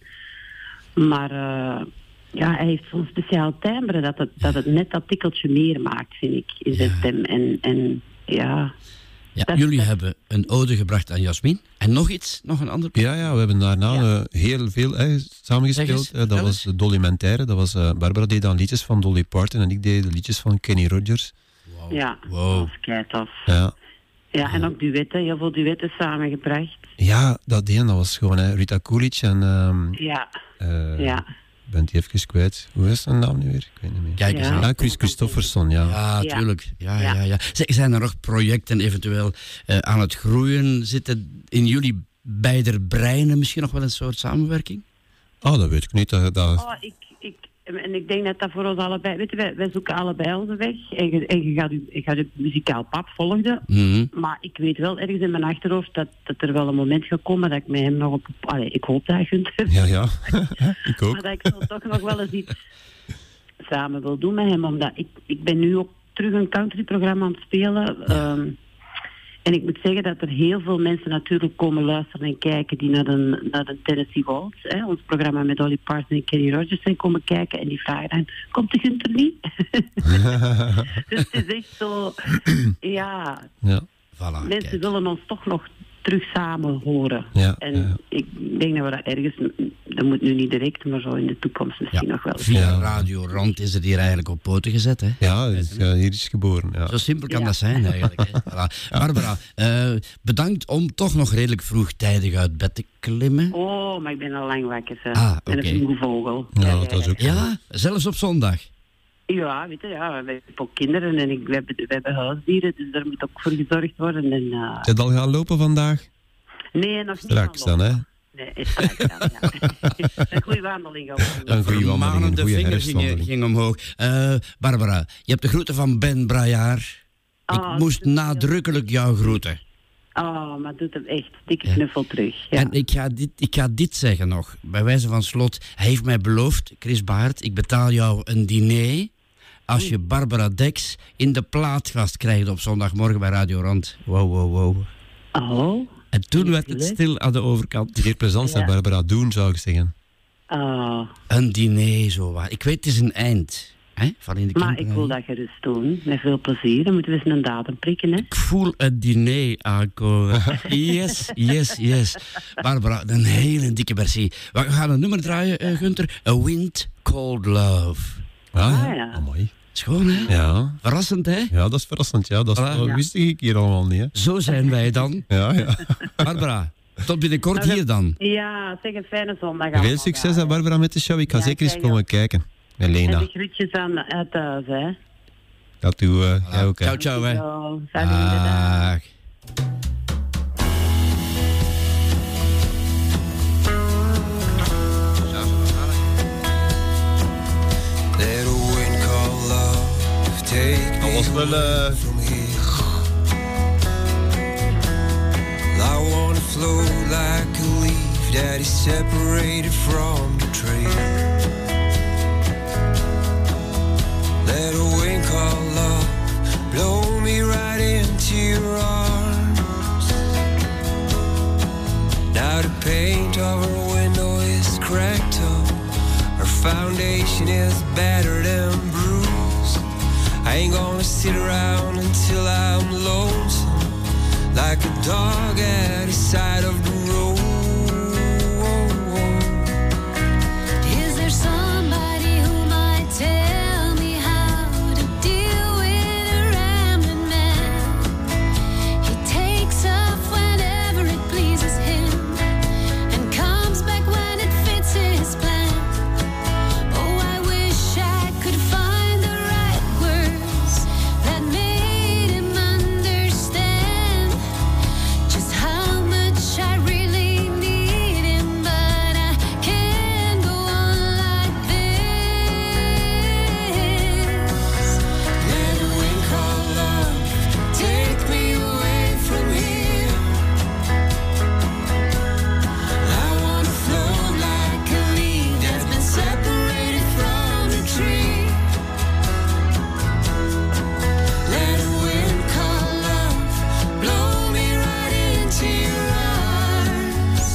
Maar uh, ja, hij heeft zo'n speciaal timbre dat het, dat het net dat tikkeltje meer maakt, vind ik, in zijn Ja. stem. En, en ja... Ja, Dat- jullie dat- hebben een ode gebracht aan Jasmin. En nog iets? Nog een ander? Ja, ja, we hebben daarna Ja. uh, heel veel hè, Zeg samengespeeld. eens, Uh, dat vertel was eens. Dolly Mentaire. Dat was, uh, Barbara deed dan liedjes van Dolly Parton en ik deed de liedjes van Kenny Rogers. Ja, Wow. dat is keitof. Ja, Ja, en ook duetten, heel veel duetten samengebracht. ja dat deed, dat was gewoon hè, Rita Coolidge en... Um, Ja, uh, ja. Ik ben het even kwijt. Hoe is zijn naam nu weer? Ik weet niet meer. Kijk eens Ja. aan. Ja, Chris Christofferson, ja. Ja, Ja. tuurlijk. Ja, Ja. ja. Ja, Zeg, zijn er nog projecten eventueel uh, aan het groeien? Zitten in jullie beider breinen misschien nog wel een soort samenwerking? Oh, dat weet ik niet. Dat, dat... Oh, ik, ik, en ik denk dat dat voor ons allebei... Weet je, wij, wij zoeken allebei onze weg. En je, en je gaat je, je gaat je muzikaal pad volgen. Mhm. Maar ik weet wel ergens in mijn achterhoofd dat, dat er wel een moment gaat komen dat ik met hem nog op... Allee, ik hoop dat, Gunther. Ja, ja. ik ook. Maar dat ik zo toch nog wel eens iets samen wil doen met hem. Omdat ik, ik ben nu ook terug een countryprogramma aan het spelen. Ehm, en ik moet zeggen dat er heel veel mensen natuurlijk komen luisteren en kijken die naar de, naar de Tennessee Waltz, hè, ons programma met Dolly Parton en Kenny Rogers, zijn komen kijken. En die vragen dan, komt de Gunther niet? Dus het is echt zo... Ja, ja. Voilà, mensen kijk. willen ons toch nog terug samen horen. Ja, en ja. ik denk dat we dat ergens, dat moet nu niet direct, maar zo in de toekomst misschien nog wel. Via Ja. Radio Rand is het hier eigenlijk op poten gezet, hè? Ja, dus, ja, hier is geboren. Ja. Zo simpel kan Ja. dat zijn eigenlijk. Hè? Voilà. Barbara, eh, bedankt om toch nog redelijk vroegtijdig uit bed te klimmen. Oh, maar ik ben al lang wakker. Hè. Ah, En oké. een vroege vogel. Ja, dat is ook... Ja, zelfs op zondag. Ja, weet je, ja, we hebben ook kinderen en ik, we, hebben, we hebben huisdieren, dus daar moet ook voor gezorgd worden. En, uh, Heb je al gaan lopen vandaag? nee, nog Straks niet. dan, hè? Nee, straks dan, ja. een goede wandeling ook. Een goede wandeling, Manende een goede vinger ging, herfstwandeling. ging omhoog. Eh, Barbara, je hebt de groeten van Ben Brajaar. Ik Ah, moest dat is nadrukkelijk jou groeten. Oh, maar doet hem echt dikke knuffel terug. Ja. En ik ga, dit, ik ga dit zeggen nog, bij wijze van slot. Hij heeft mij beloofd, Chris Baert, ik betaal jou een diner als je Barbara Dex in de plaatgast krijgt op zondagmorgen bij Radio Rand. Wow, wow, wow. Oh. En toen werd het stil aan de overkant. Zeer plezant zijn, Ja. Barbara Doen, zou ik zeggen. Oh. Een diner, zo waar. Ik weet, het is een eind. Hè, van in de Maar Kemperij. ik wil dat gerust doen. Met veel plezier. Dan moeten we eens een datum prikken, hè. Ik voel het diner aankomen. Yes, yes, yes. Barbara, een hele dikke merci. We gaan een nummer draaien, uh, Gunther. A Wind Called Love. Ah, Ah, ja. Amai. Schoon, hè? Ja. Verrassend, hè? Ja, dat is verrassend. Ja. Dat, is, Voilà. dat Ja. wist ik hier allemaal niet. Hè. Zo zijn wij dan. Ja, ja. Barbara, tot binnenkort Nou, dat- hier dan. Ja, zeg een fijne zondag. Veel allemaal, succes, ja. hè, Barbara, met de show. Ik ga Ja, zeker eens jij komen ook. kijken. En Elena. de groetjes aan uit thuis, hè. Dat doe uh, jij ook. Hè. Ciao, ciao, hè. Zo, salut, dag. Dag. Let a wind call love take Dat was wel... eh, from here. I wanna float like a leaf that is separated from the tree. Let a wind call love blow me right into your arms. Now the paint of our window is cracked up. Our foundation is battered and bruised. I ain't gonna sit around until I'm lonesome, like a dog at the side of the road. Is there somebody who might tell me how to deal with a rambling man? He takes off whenever it pleases him and comes back when it fits his plan. Oh, I wish I could find the right words that made him understand just how much I really need him, but I can't go on like this. Let a wind call love take me away from here. I wanna float like a leaf that's been separated from the tree. Let a wind call love blow me right into your arms.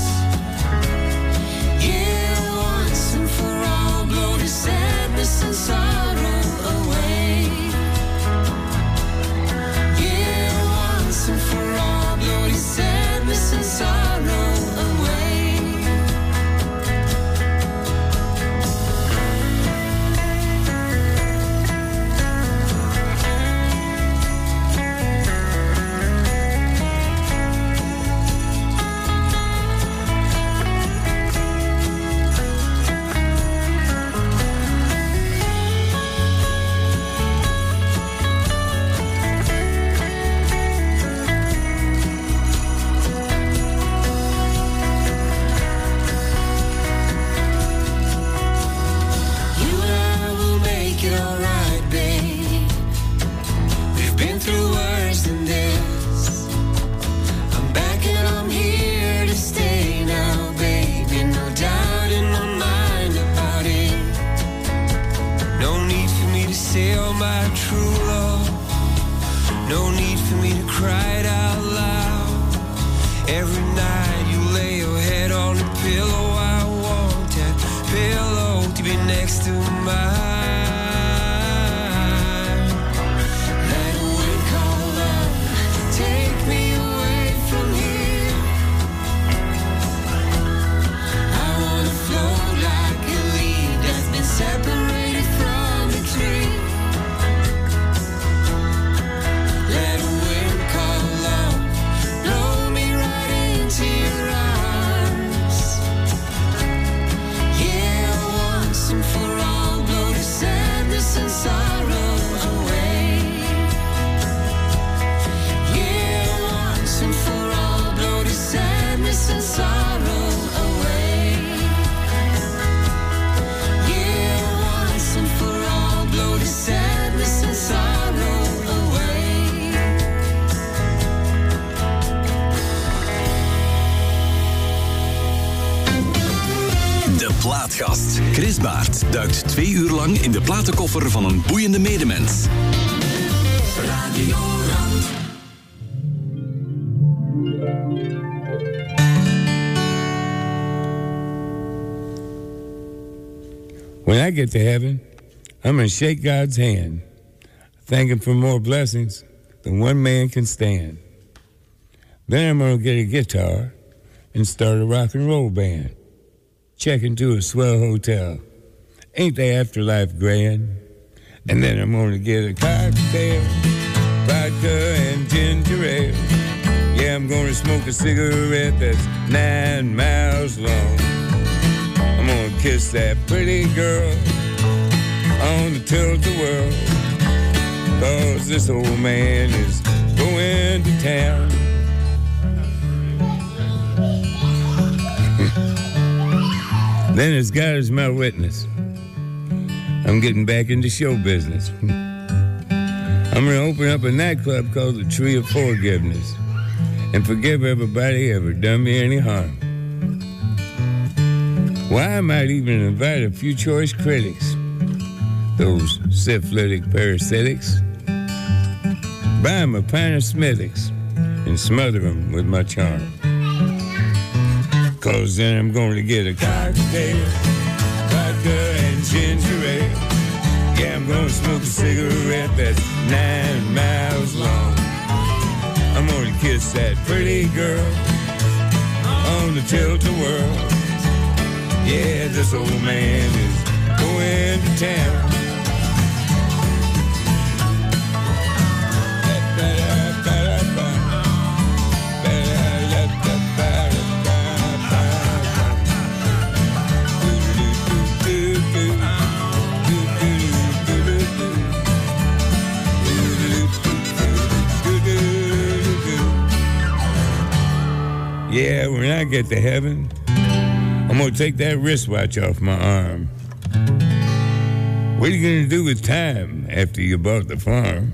Yeah, once and for all, blow the sadness and sorrow away. Yeah, once and for all, blow the sadness and sorrow away. You and I will make it alright, babe. We've been through worse than this. I'm back and I'm here to stay now, baby. No doubt in my mind about it. No need for me to say all my true love. No need for me to cry it out loud. Every night you lay your head on the pillow. I want that pillow to be next to mine. Let a wind call love take me away from here. I wanna float like a leaf that's been separated from the tree. Let a wind call love blow me right into your arms. Yeah, once and for all, blow the sand. Chris Baert duikt twee uur lang in de platenkoffer van een boeiende medemens. Radio Rand. When I get to heaven, I'm going to shake God's hand, thank him for more blessings than one man can stand. Then I'm going to get a guitar and start a rock and roll band. Check into a swell hotel. Ain't the afterlife grand? And then I'm going to get a cocktail, vodka and ginger ale. Yeah, I'm going to smoke a cigarette that's nine miles long. I'm gonna kiss that pretty girl on the tilt-a-whirl, 'cause this old man is going to town. Then as God is my witness, I'm getting back into show business. I'm gonna open up a nightclub called the Tree of Forgiveness and forgive everybody ever done me any harm. Why, I might even invite a few choice critics, those syphilitic parasitics. Buy 'em a pint of Smithwick's and smother 'em with my charm. 'Cause then I'm going to get a cocktail, vodka and ginger ale. Yeah, I'm going to smoke a cigarette that's nine miles long. I'm going to kiss that pretty girl on the tilt-a-whirl. Yeah, this old man is going to town. Yeah, when I get to heaven, I'm gonna take that wristwatch off my arm. What are you gonna do with time after you bought the farm?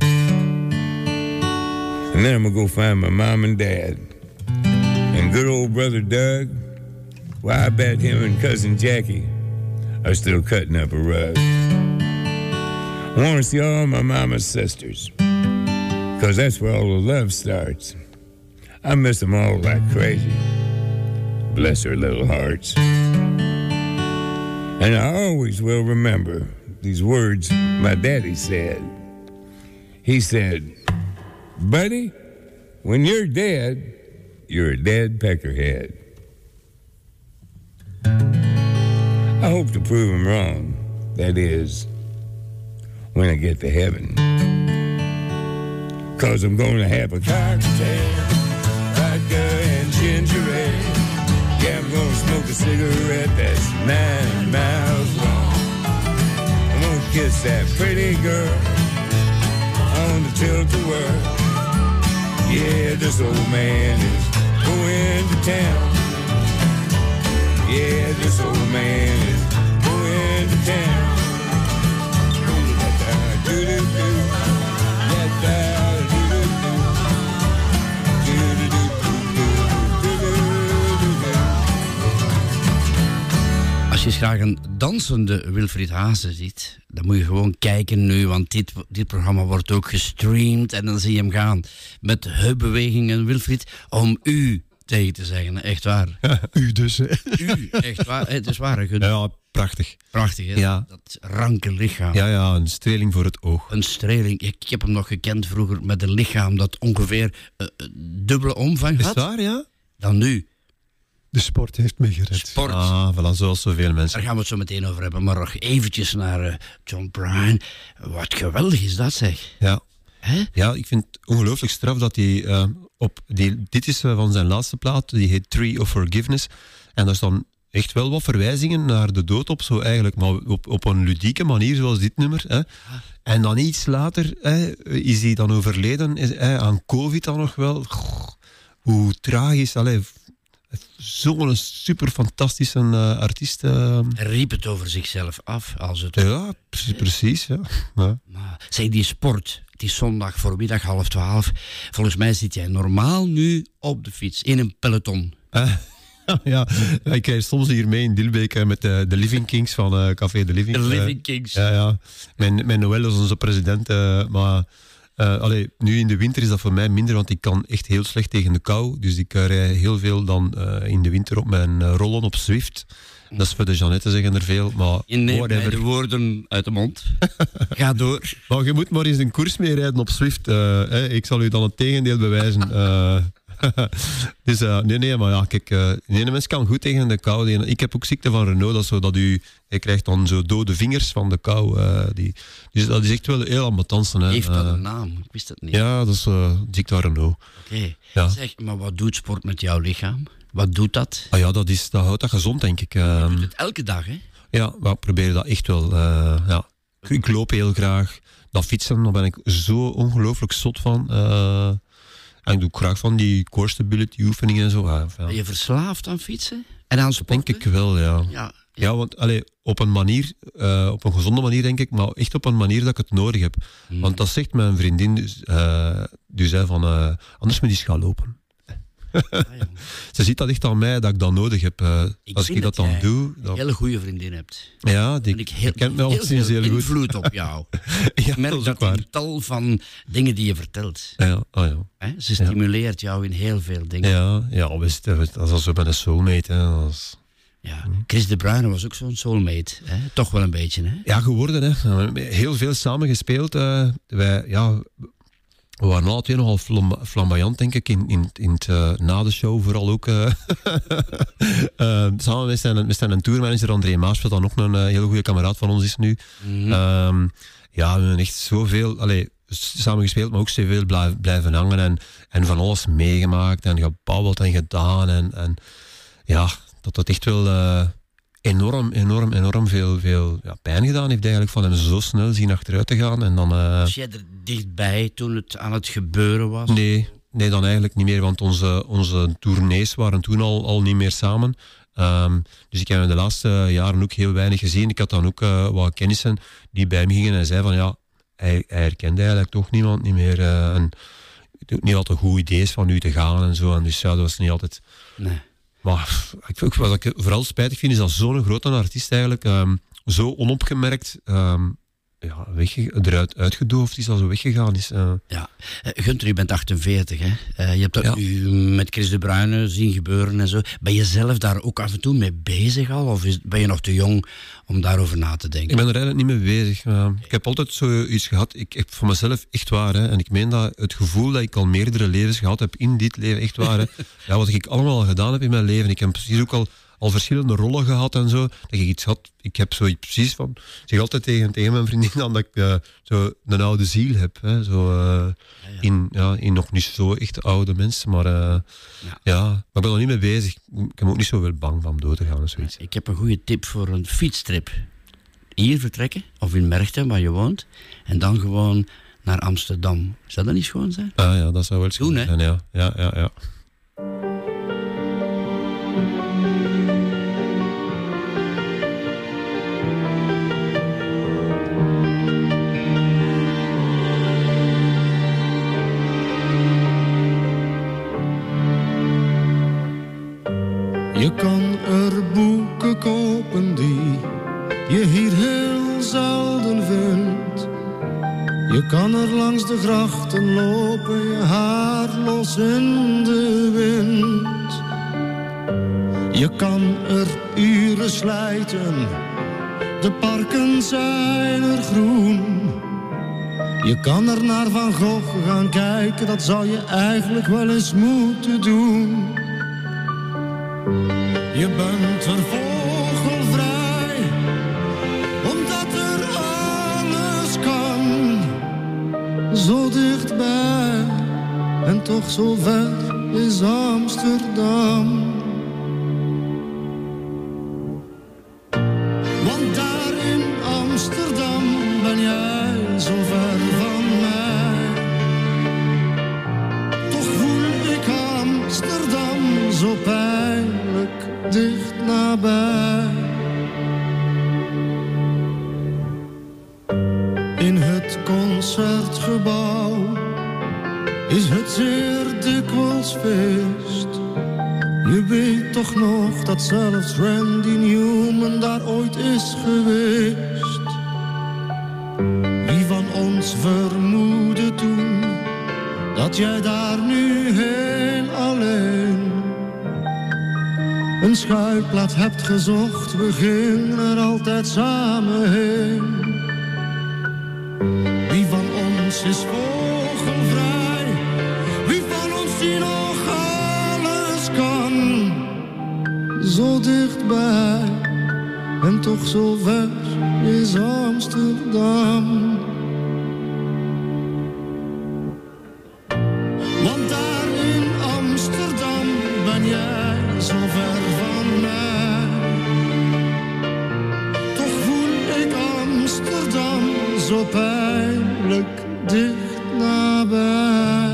And then I'm gonna go find my mom and dad. And good old brother Doug, well, I bet him and cousin Jackie are still cutting up a rug. I wanna see all my mama's sisters, 'cause that's where all the love starts. I miss them all like crazy. Bless their little hearts. And I always will remember these words my daddy said. He said, buddy, when you're dead, you're a dead peckerhead. I hope to prove him wrong. That is, when I get to heaven. 'Cause I'm gonna have a cocktail, vodka and ginger ale. Yeah, I'm gonna smoke a cigarette that's nine miles long. I'm gonna kiss that pretty girl on the tilt-a-whirl. Yeah, this old man is going to town. Yeah, this old man is going to town. Als je graag een dansende Wilfried Haase ziet, dan moet je gewoon kijken nu, want dit, dit programma wordt ook gestreamd en dan zie je hem gaan met heupbewegingen, Wilfried, om u tegen te zeggen. Echt waar. Ja, u dus. Hè. U, echt waar. Het is waar. Hè. Ja, prachtig. Prachtig, hè? Ja. Dat ranke lichaam. Ja, ja, een streling voor het oog. Een streling. Ik, ik heb hem nog gekend vroeger met een lichaam dat ongeveer uh, dubbele omvang Is had. het waar, ja? Dan nu. De sport heeft me gered. Sport. Ah, voilà, zoals zoveel mensen. Daar gaan we het zo meteen over hebben. Maar nog eventjes naar uh, John Prine. Wat geweldig is dat, zeg. Ja. Hè? Ja, ik vind het ongelooflijk straf dat hij uh, op... Die, dit is uh, van zijn laatste plaat, die heet Tree of Forgiveness. En daar staan echt wel wat verwijzingen naar de dood op, zo eigenlijk. Maar op, op een ludieke manier, zoals dit nummer. Hè. En dan iets later hè, is hij dan overleden, is, hè, aan COVID dan nog wel. Goh, hoe tragisch, allee... Zo'n super fantastische uh, artiest. Uh. Hij riep het over zichzelf af. Als het... Ja, precies. precies ja. Ja. Maar, zeg, die sport, het is zondag voormiddag half twaalf. Volgens mij zit jij normaal nu op de fiets, in een peloton. Uh. ja, ik krijg soms hier mee in Dilbeek uh, met de, de Living Kings van uh, Café de Living. De Living uh, Kings. Ja, ja. Mijn, mijn Noël is onze president, uh, maar uh, allee, nu in de winter is dat voor mij minder, want ik kan echt heel slecht tegen de kou. Dus ik uh, rij heel veel dan uh, in de winter op mijn uh, rollen op Zwift. Dat is voor de Jeannette zeggen er veel, maar Je neemt whatever. mij de woorden uit de mond. Ga door. Maar je moet maar eens een koers mee rijden op Zwift. Uh, hè. Ik zal u dan het tegendeel bewijzen. Uh, dus uh, nee, nee, maar ja, kijk, uh, de ene mens kan goed tegen de kou. Die, ik heb ook ziekte van Renault, dat is zo dat u, je krijgt dan zo dode vingers van de kou. Uh, die, dus dat is echt wel heel ambetant. Heeft dat een naam? Ik wist het niet. Ja, dat is uh, ziekte van Renault. Oké. Okay. Ja. Zeg, maar wat doet sport met jouw lichaam? Wat doet dat? Ah ja, dat, is, dat houdt dat gezond, denk ik. Uh, Je doet het elke dag, hè? Ja, maar ik probeer dat echt wel. Uh, ja. Ik loop heel graag. Dat fietsen, daar ben ik zo ongelooflijk zot van. Uh, en ik doe ook graag van die core stability oefeningen en zo. Uh, ja. Ben je verslaafd aan fietsen? En aan sporten? Denk ik wel, ja. Ja, ja. ja want allee, op een manier, uh, op een gezonde manier denk ik, maar echt op een manier dat ik het nodig heb. Hmm. Want dat zegt mijn vriendin, dus, uh, die zei van, uh, anders moet je eens gaan lopen. Ah, ze ziet dat echt aan mij, dat ik dat nodig heb. Uh, ik als ik dat, dat dan doe... Dan... een hele goede vriendin hebt. Ja, die ik heel, kent mij al heel sinds heel goed. invloed op jou. Ja, ik merk dat, dat in tal van dingen die je vertelt. Ja, oh ja. He? Ze stimuleert ja. jou in heel veel dingen. Ja, ja we zitten, dat is zo met een soulmate. Hè. Dat is... Ja. Chris de Bruyne was ook zo'n soulmate. Hè? Toch wel een beetje, hè? Ja, geworden. Hè. We hebben heel veel samen gespeeld. Uh, wij, ja... We waren alle twee nogal flam, flamboyant, denk ik, in, in, in het, uh, na de show vooral ook. Uh, uh, samen met zijn, met zijn tourmanager André Maas, wat dan ook een uh, heel goede kameraad van ons is nu. Mm-hmm. Um, ja, we hebben echt zoveel allee, samen gespeeld, maar ook zoveel blijf, blijven hangen en, en van alles meegemaakt en gebouwd en gedaan. En, en ja, dat dat echt wel... Uh, enorm, enorm, enorm veel, veel ja, pijn gedaan heeft eigenlijk van hem zo snel zien achteruit te gaan. En dan, uh... Was jij er dichtbij toen het aan het gebeuren was? Nee, nee dan eigenlijk niet meer, want onze, onze tournees waren toen al, al niet meer samen. Um, dus ik heb hem de laatste jaren ook heel weinig gezien. Ik had dan ook uh, wat kennissen die bij hem gingen en zeiden van ja, hij, hij herkende eigenlijk toch niemand niet meer. Uh, en het ook niet altijd een goed idee is van nu te gaan en zo. En dus ja, dat was niet altijd... Nee. Maar ik, wat ik vooral spijtig vind, is dat zo'n grote artiest eigenlijk um, zo onopgemerkt um, ja, wegge- eruit uitgedoofd is, al zo weggegaan is. Uh. Ja, uh, Gunther, je bent achtenveertig, hè? Uh, je hebt dat ja. nu met Chris de Bruyne zien gebeuren en zo. Ben je zelf daar ook af en toe mee bezig al? Of is, ben je nog te jong om daarover na te denken? Ik ben er eigenlijk niet mee bezig. Uh, ik heb altijd zoiets gehad, ik heb voor mezelf echt waar, hè, en ik meen dat het gevoel dat ik al meerdere levens gehad heb in dit leven, echt waar. Hè, ja, wat ik allemaal al gedaan heb in mijn leven. Ik heb precies ook al al verschillende rollen gehad en zo, dat ik iets had. Ik heb zoiets precies van... Ik zeg altijd tegen, tegen mijn vriendin dan dat ik uh, zo een oude ziel heb. Hè, zo, uh, ja, ja. In, ja, in nog niet zo echt oude mensen, maar... Uh, ja. ja, maar ik ben er niet mee bezig. Ik heb ook niet zo wel bang van dood te gaan of zoiets. Ik heb een goede tip voor een fietstrip. Hier vertrekken, of in Merchten, waar je woont, en dan gewoon naar Amsterdam. Zou dat niet schoon zijn? Ah ja, dat zou wel schoon zijn, ja. Ja, ja, ja. Je kan er boeken kopen die je hier heel zelden vindt. Je kan er langs de grachten lopen, je haar los in de wind. Je kan er uren slijten, de parken zijn er groen. Je kan er naar Van Gogh gaan kijken, dat zou je eigenlijk wel eens moeten doen. Je bent er vogelvrij, omdat er alles kan. Zo dichtbij en toch zo ver is Amsterdam. Want daar in Amsterdam ben jij zo ver van mij. Toch voel ik Amsterdam zo pijnlijk dicht nabij. In het concertgebouw is het zeer dikwijls feest. Je weet toch nog dat zelfs Randy Newman daar ooit is geweest. Wie van ons vermoedde toen dat jij daar nu heen alleen een schuilplaats hebt gezocht? We gingen er altijd samen heen. Wie van ons is vogelvrij? Wie van ons die nog alles kan? Zo dichtbij en toch zo ver is Amsterdam. Want daar in Amsterdam ben jij zo ver van mij. Toch voel ik Amsterdam zo pijnlijk dicht nabij.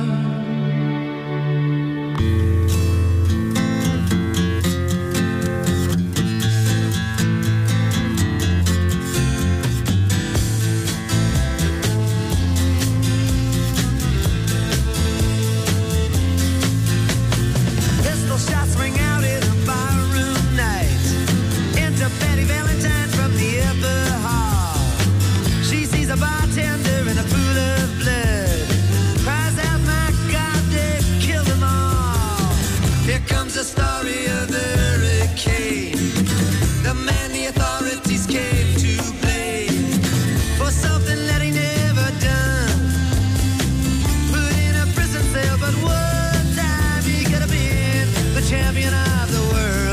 Pistol shots ring out in a barroom night. Enter Betty Valentine from the upper hall. She sees a bartender in a pool of blood. Cries out, my God, they've killed them all. Here comes the story of the hurricane. The man the authorities came to blame for something that he never done. Put in a prison cell, but one time he could have been the champion of the world.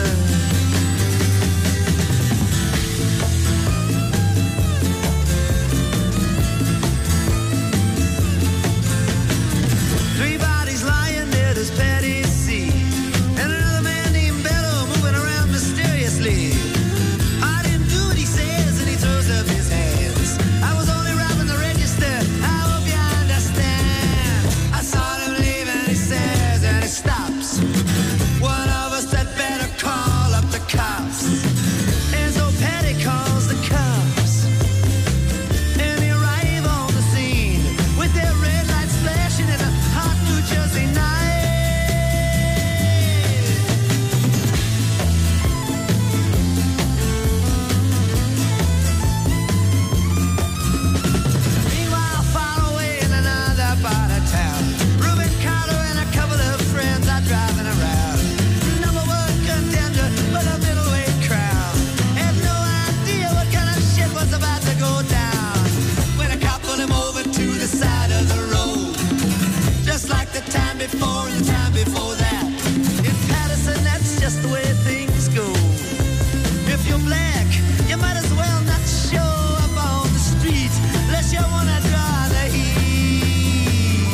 Three bodies lying there, does Patty see? And another man named Bello moving around mysteriously. I didn't do what he says, and he throws up his hands. I was only robbing the register, I hope you understand. I saw him leave and he says, and he stops. One of us had better call up the cops. And so Patty calls the cops. And they arrive on the scene with their red lights flashing in a hot New Jersey night. Meanwhile, far away in another part of town, Reuben Carter and a couple of friends are driving around. Number one contender for the middleweight crown. Had no idea what kind of shit was about to go down when a cop pulled him over to the side of the road. Just like the time before and the time before that. In Patterson, that's just the way things go. If you're black, you might as well not show up on the street unless you wanna draw the heat.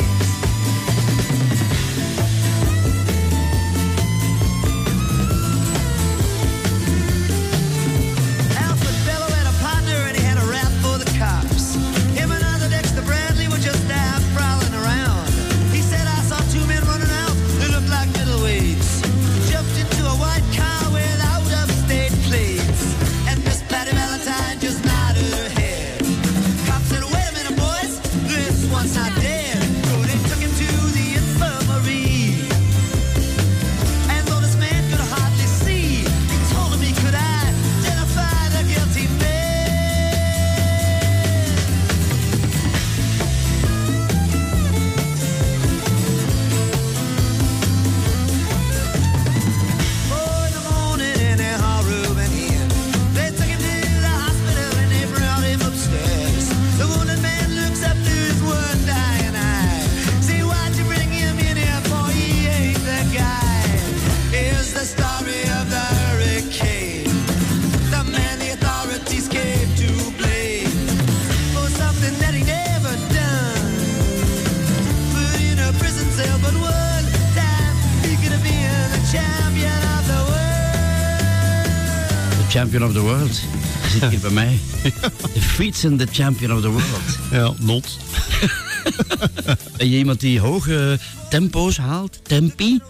Alfred Bello had a partner and he had a rap for the cops. Him and other Dexter Bradley were just out prowling around. He said, I saw two men running out, they looked like middleweights. Jumped into a white car with out-of-state plates. And Miss Patty Valentine just nodded her head. Cops said, wait a minute, boys, this one's not dead. So they took him to the infirmary. And though this man could hardly see, he told him he could identify the guilty man. Four in the morning and they hauled Reuben in. They took him to the hospital and they brought him upstairs. The wounded man looks up to his one dying eye. See, why'd you bring him in here for? He ain't the guy. Here's the story of the hurricane. The man the authorities came to blame for something that he never done. Put in a prison cell, but one time he could have been the champion of the world. The champion of the world. Zit hier bij mij. De fietsen, the champion of the world. Ja, not. Ben je iemand die hoge tempo's haalt? Tempi?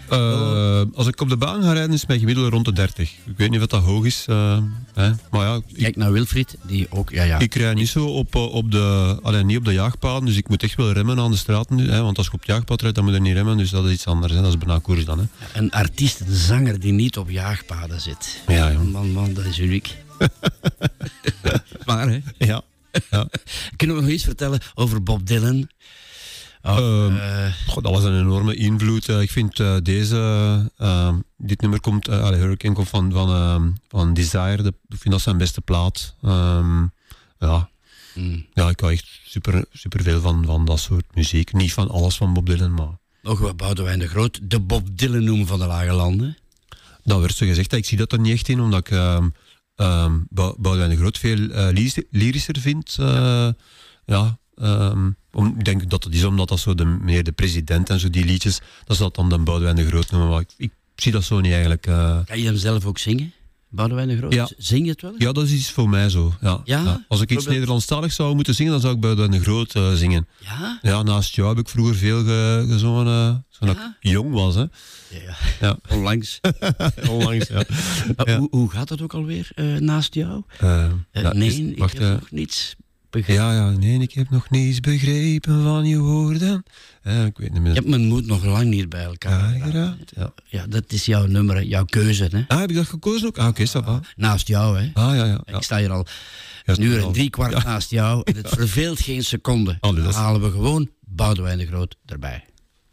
Uh, als ik op de baan ga rijden is mijn gemiddelde rond de dertig. Ik weet niet of dat hoog is. Uh, hè. Maar ja, ik, Kijk naar Wilfried, die ook... Ja, ja. Ik rij niet zo op, op de... Alleen niet op de jaagpaden, dus ik moet echt wel remmen aan de straten. Hè, want als je op het jaagpad rijdt, dan moet je niet remmen. Dus dat is iets anders. Hè. Dat is bijna koers dan. Hè. Een artiest, een zanger die niet op jaagpaden zit. Ja, ja. Man, man, dat is uniek. Maar, hè? Ja. ja. Kunnen we nog iets vertellen over Bob Dylan? Oh, uh, uh, God, dat was een enorme invloed. Uh, ik vind uh, deze... Uh, dit nummer komt... Uh, Hurricane komt van, van, uh, van Desire. De, ik vind dat zijn beste plaat. Um, ja. Mm. ja, ik hou echt super, super veel van, van dat soort muziek. Niet van alles van Bob Dylan, maar... Nog wat Boudewijn de Groot. De Bob Dylan noemen van de Lage Landen. Dat werd zo gezegd. Ik zie dat er niet echt in, omdat ik... Uh, um, Boudewijn de Groot veel uh, lyrischer vind. Uh, ja... Um, om, ik denk dat het is omdat dat zo de, meer de president en zo die liedjes, dat ze dat dan de Boudewijn de Groot noemen. Maar ik, ik zie dat zo niet eigenlijk. Uh... Kan je hem zelf ook zingen, Boudewijn de Groot? Ja. Zing je het wel? Ja, dat is iets voor mij zo. Ja, ja? Ja. Als ik iets Nederlandstalig zou moeten zingen, dan zou ik Boudewijn de Groot uh, zingen. Ja? Ja, naast jou heb ik vroeger veel ge, gezongen, uh, toen ja? ik jong was. Hè. Ja, ja. Onlangs. Onlangs, ja. ja. Hoe, hoe gaat dat ook alweer, uh, naast jou? Uh, uh, ja, nee, is, ik wacht, heb uh, nog niets begrepen. Ja, ja, nee, ik heb nog niets begrepen van je woorden. Uh, ik weet niet meer. Je hebt mijn moed nog lang niet bij elkaar. Ja, geraakt, ja. ja, dat is jouw nummer, hè, jouw keuze. Hè? Ah, heb ik dat gekozen ook? Ah, oké, okay, uh, naast jou, hè. Ah, ja, ja. ja. Ik sta hier al een uur en drie kwart ja. naast jou. En het verveelt geen seconde. Oh, Dan halen we gewoon Boudewijn de Groot erbij.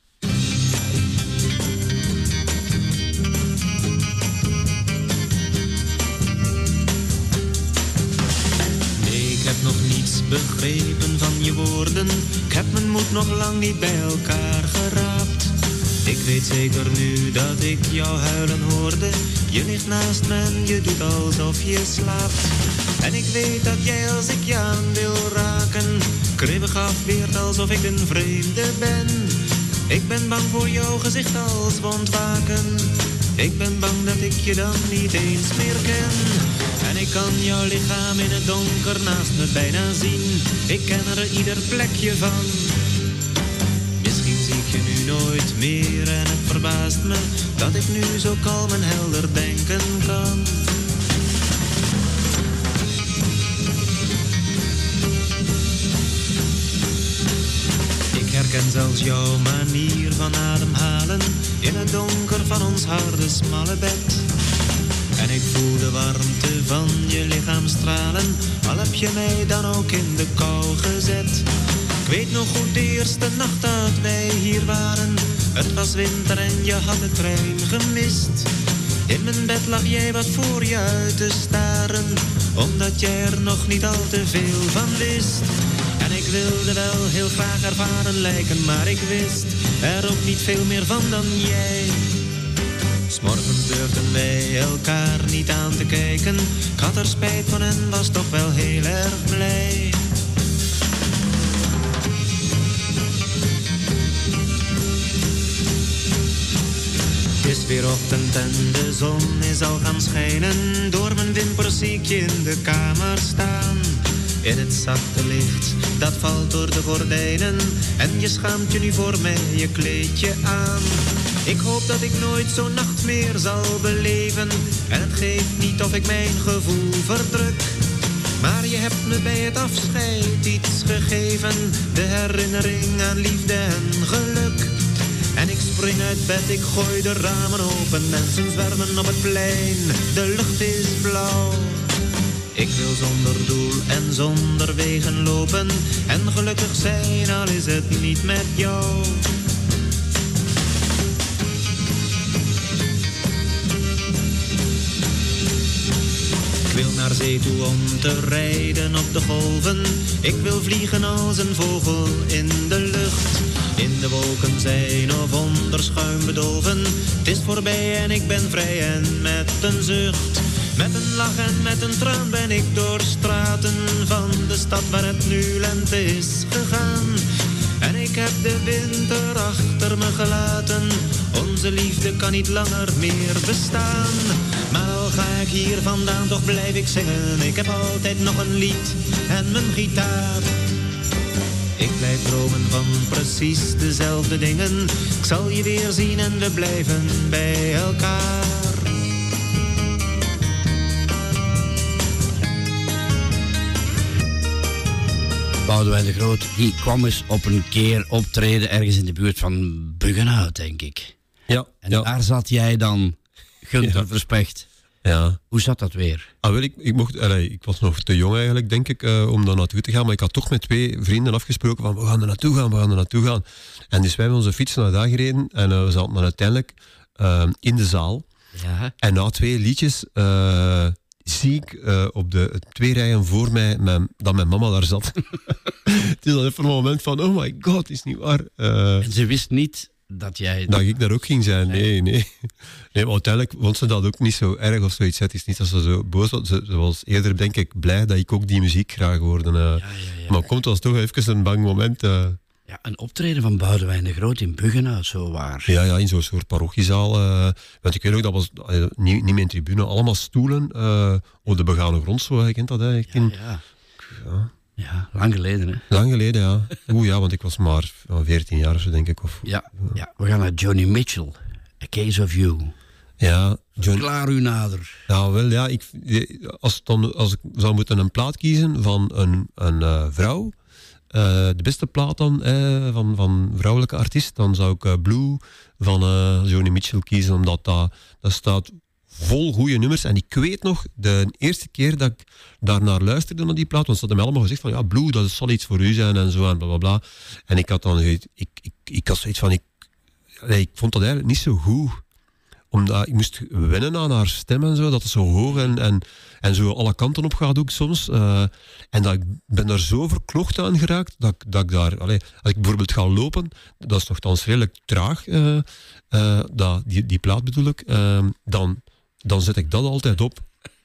Ik heb nog niets begrepen van je woorden. Ik heb mijn moed nog lang niet bij elkaar geraapt. Ik weet zeker nu dat ik jou huilen hoorde. Je ligt naast me en je doet alsof je slaapt. En ik weet dat jij als ik je aan wil raken, kribbig afweert alsof ik een vreemde ben. Ik ben bang voor jouw gezicht als wondwaken. Ik ben bang dat ik je dan niet eens meer ken. En ik kan jouw lichaam in het donker naast me bijna zien. Ik ken er ieder plekje van. Misschien zie ik je nu nooit meer en het verbaast me dat ik nu zo kalm en helder denken kan. Ik herken zelfs jouw manier van ademhalen in het donker van ons harde smalle bed. En ik voel de warmte van je lichaam stralen, al heb je mij dan ook in de kou gezet. Ik weet nog goed de eerste nacht dat wij hier waren. Het was winter en je had de trein gemist. In mijn bed lag jij wat voor je uit te staren, omdat jij er nog niet al te veel van wist. En ik wilde wel heel graag ervaren lijken, maar ik wist er ook niet veel meer van dan jij. 'S Morgens durfden wij elkaar niet aan te kijken. Ik had er spijt van en was toch wel heel erg blij. Het is weer ochtend en de zon is al gaan schijnen. Door mijn wimpers zie ik je in de kamer staan. In het zachte licht, dat valt door de gordijnen. En je schaamt je nu voor mij je kleedje aan. Ik hoop dat ik nooit zo'n nacht meer zal beleven. En het geeft niet of ik mijn gevoel verdruk. Maar je hebt me bij het afscheid iets gegeven. De herinnering aan liefde en geluk. En ik spring uit bed, ik gooi de ramen open. Mensen zwermen op het plein, de lucht is blauw. Ik wil zonder doel en zonder wegen lopen. En gelukkig zijn, al is het niet met jou. Ik wil naar zee toe om te rijden op de golven. Ik wil vliegen als een vogel in de lucht. In de wolken zijn of onder schuim bedolven. Het is voorbij en ik ben vrij en met een zucht. Met een lach en met een traan ben ik door straten van de stad waar het nu lente is gegaan. En ik heb de winter achter me gelaten. Onze liefde kan niet langer meer bestaan. Maar al ga ik hier vandaan, toch blijf ik zingen. Ik heb altijd nog een lied en mijn gitaar. Ik blijf dromen van precies dezelfde dingen. Ik zal je weer zien en we blijven bij elkaar. Boudewijn de Groot, die kwam eens op een keer optreden ergens in de buurt van Buggenhout, denk ik. Ja. En ja. daar zat jij dan, Gunther Ja. Verspecht. Ja. Hoe zat dat weer? Ah, wel, ik, ik, mocht, allee, ik was nog te jong eigenlijk, denk ik, uh, om daar naartoe te gaan. Maar ik had toch met twee vrienden afgesproken van, we gaan er naartoe gaan, we gaan er naartoe gaan. En dus wij hebben onze fiets naar daar gereden. En uh, we zaten dan uiteindelijk uh, in de zaal. Ja. En na twee liedjes uh, zie ik uh, op de twee rijen voor mij mijn, dat mijn mama daar zat. Het is dan even een moment van, oh my god, is niet waar. Uh, En ze wist niet dat jij... Dat ik daar ook ging zijn, nee, nee. Nee, maar uiteindelijk vond ze dat ook niet zo erg of zoiets. Het is niet dat ze zo boos was. Ze, ze was eerder, denk ik, blij dat ik ook die muziek graag hoorde. Uh. Ja, ja, ja. Maar komt, was toch even een bang moment. Uh. Ja, een optreden van Boudewijn de Groot in Buggenhout, zo waar. Ja, ja, in zo'n soort parochiezaal. Uh, want ik weet ook, dat was uh, niet, niet meer een tribune, allemaal stoelen uh, op de begane grond, zo, je kent dat eigenlijk. Ja, in, ja. ja. Ja, lang geleden, hè? Lang geleden, ja. Oeh, ja, want ik was maar veertien jaar of zo, denk ik. Of, ja, ja, we gaan naar Joni Mitchell. A Case of You. Ja, John... Klaar u nader. Ja, wel, ja. Ik, als, dan, als ik zou moeten een plaat kiezen van een, een uh, vrouw, uh, de beste plaat dan eh, van, van vrouwelijke artiest, dan zou ik uh, Blue van uh, Joni Mitchell kiezen, omdat dat, dat staat vol goede nummers. En ik weet nog, de eerste keer dat ik daarnaar luisterde naar die plaat, want ze hadden mij allemaal gezegd van, ja, Blue, dat zal iets voor u zijn en zo en bla bla bla. En ik had dan ik, ik, ik, ik had zoiets van, ik, ik vond dat eigenlijk niet zo goed. Omdat ik moest wennen aan haar stem en zo, dat het zo hoog en, en, en zo alle kanten op gaat ook soms. Uh, en dat ik ben daar zo verknocht aan geraakt, dat, dat ik daar, allee, als ik bijvoorbeeld ga lopen, dat is nogthans redelijk traag, uh, uh, dat, die, die plaat bedoel ik, uh, dan, dan zet ik dat altijd op.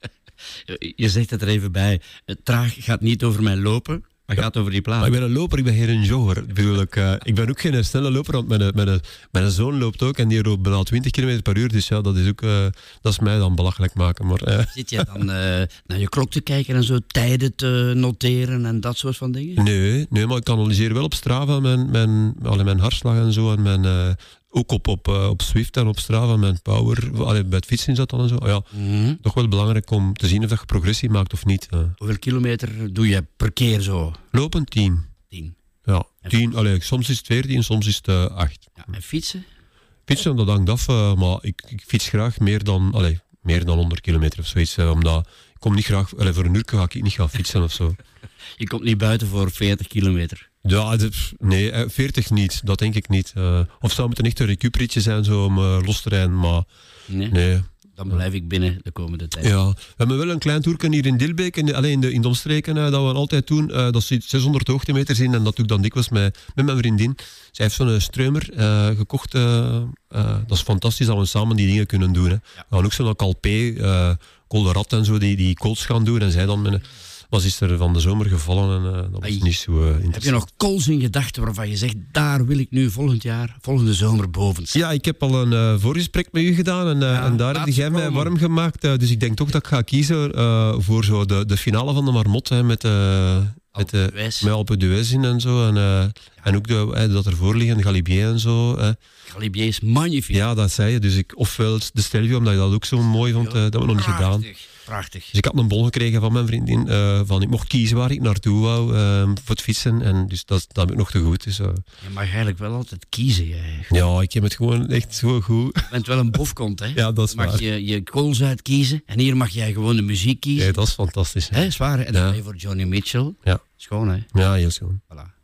Je zegt het er even bij, traag gaat niet over mijn lopen, maar gaat over die plaat. Maar ik ben een loper, ik ben geen jogger. Bedoel ik, uh, ik ben ook geen snelle loper, want mijn, mijn, mijn zoon loopt ook en die loopt bijna twintig kilometer per uur. Dus ja, dat is ook uh, dat is mij dan belachelijk maken. Maar, uh. Zit je dan uh, naar je klok te kijken en zo tijden te noteren en dat soort van dingen? Nee, nee, maar ik analyseer wel op Strava mijn, mijn, allee, mijn hartslag en zo. En mijn, uh, ook op, op, uh, op Swift en op Strava, mijn power. Allee, bij het fietsen is dat dan en zo. Oh, ja, mm-hmm. Toch wel belangrijk om te zien of dat je progressie maakt of niet. Uh. Hoeveel kilometer doe je per keer zo? Lopen tien. Tien. Ja, tien. Allee, soms is het veertien, soms is het uh, acht. Ja, en fietsen? Fietsen, dat hangt af, uh, maar ik, ik fiets graag meer dan, allee, meer dan honderd kilometer of zoiets. Uh, omdat ik kom niet graag, allee, voor een uur ga ik niet gaan fietsen of zo. Je komt niet buiten voor veertig kilometer? Ja, dit, nee, veertig niet, dat denk ik niet. Uh, of zou het een echt een recuperitje zijn zo om uh, los te rijden, maar nee. nee. Dan blijf ik binnen de komende tijd. Ja, we hebben wel een klein toerken hier in Dilbeek, in de, alleen in de, in de omstreken, uh, dat we altijd doen. Uh, dat zit zeshonderd hoogtemeters in en dat doe ik dan dikwijls met, met mijn vriendin. Zij heeft zo'n streumer uh, gekocht. Uh, uh, dat is fantastisch dat we samen die dingen kunnen doen. Hè. Ja. We gaan ook zo'n Calpe, uh, Colderat en zo, die, die calls gaan doen. En zij dan met een... Was is er van de zomer gevallen en uh, dat was Ai. niet zo uh, interessant. Heb je nog calls in gedachten waarvan je zegt, daar wil ik nu volgend jaar, volgende zomer boven staan? Ja, ik heb al een uh, voorgesprek met u gedaan en, uh, ja, en daar heb jij mij warm gemaakt. Uh, dus ik denk toch dat ik ga kiezen uh, voor zo de, de finale van de Marmot hè, met, uh, met, uh, met Alpe d'Huez in en zo. En, uh, ja. en ook de, uh, dat ervoor liggen, Galibier en zo. Uh. Galibier is magnifiek. Ja, dat zei je. Dus ik, ofwel de Stelvio, omdat je dat ook zo mooi vond, uh, dat hebben we nog niet gedaan. Prachtig. Dus ik had een bon gekregen van mijn vriendin, uh, van ik mocht kiezen waar ik naartoe wou uh, voor het fietsen. En dus dat, dat heb ik nog te goed. Dus, uh. Je mag eigenlijk wel altijd kiezen. Jij. Ja, ik heb het gewoon echt zo goed. Je bent wel een bofkont, hè? Ja, dat is mag waar. je je calls uitkiezen en hier mag jij gewoon de muziek kiezen. Ja, dat is fantastisch. Hè, is waar, hè? En dan ben je voor Joni Mitchell. Ja. Schoon, hè? Ja, heel schoon. Voilà.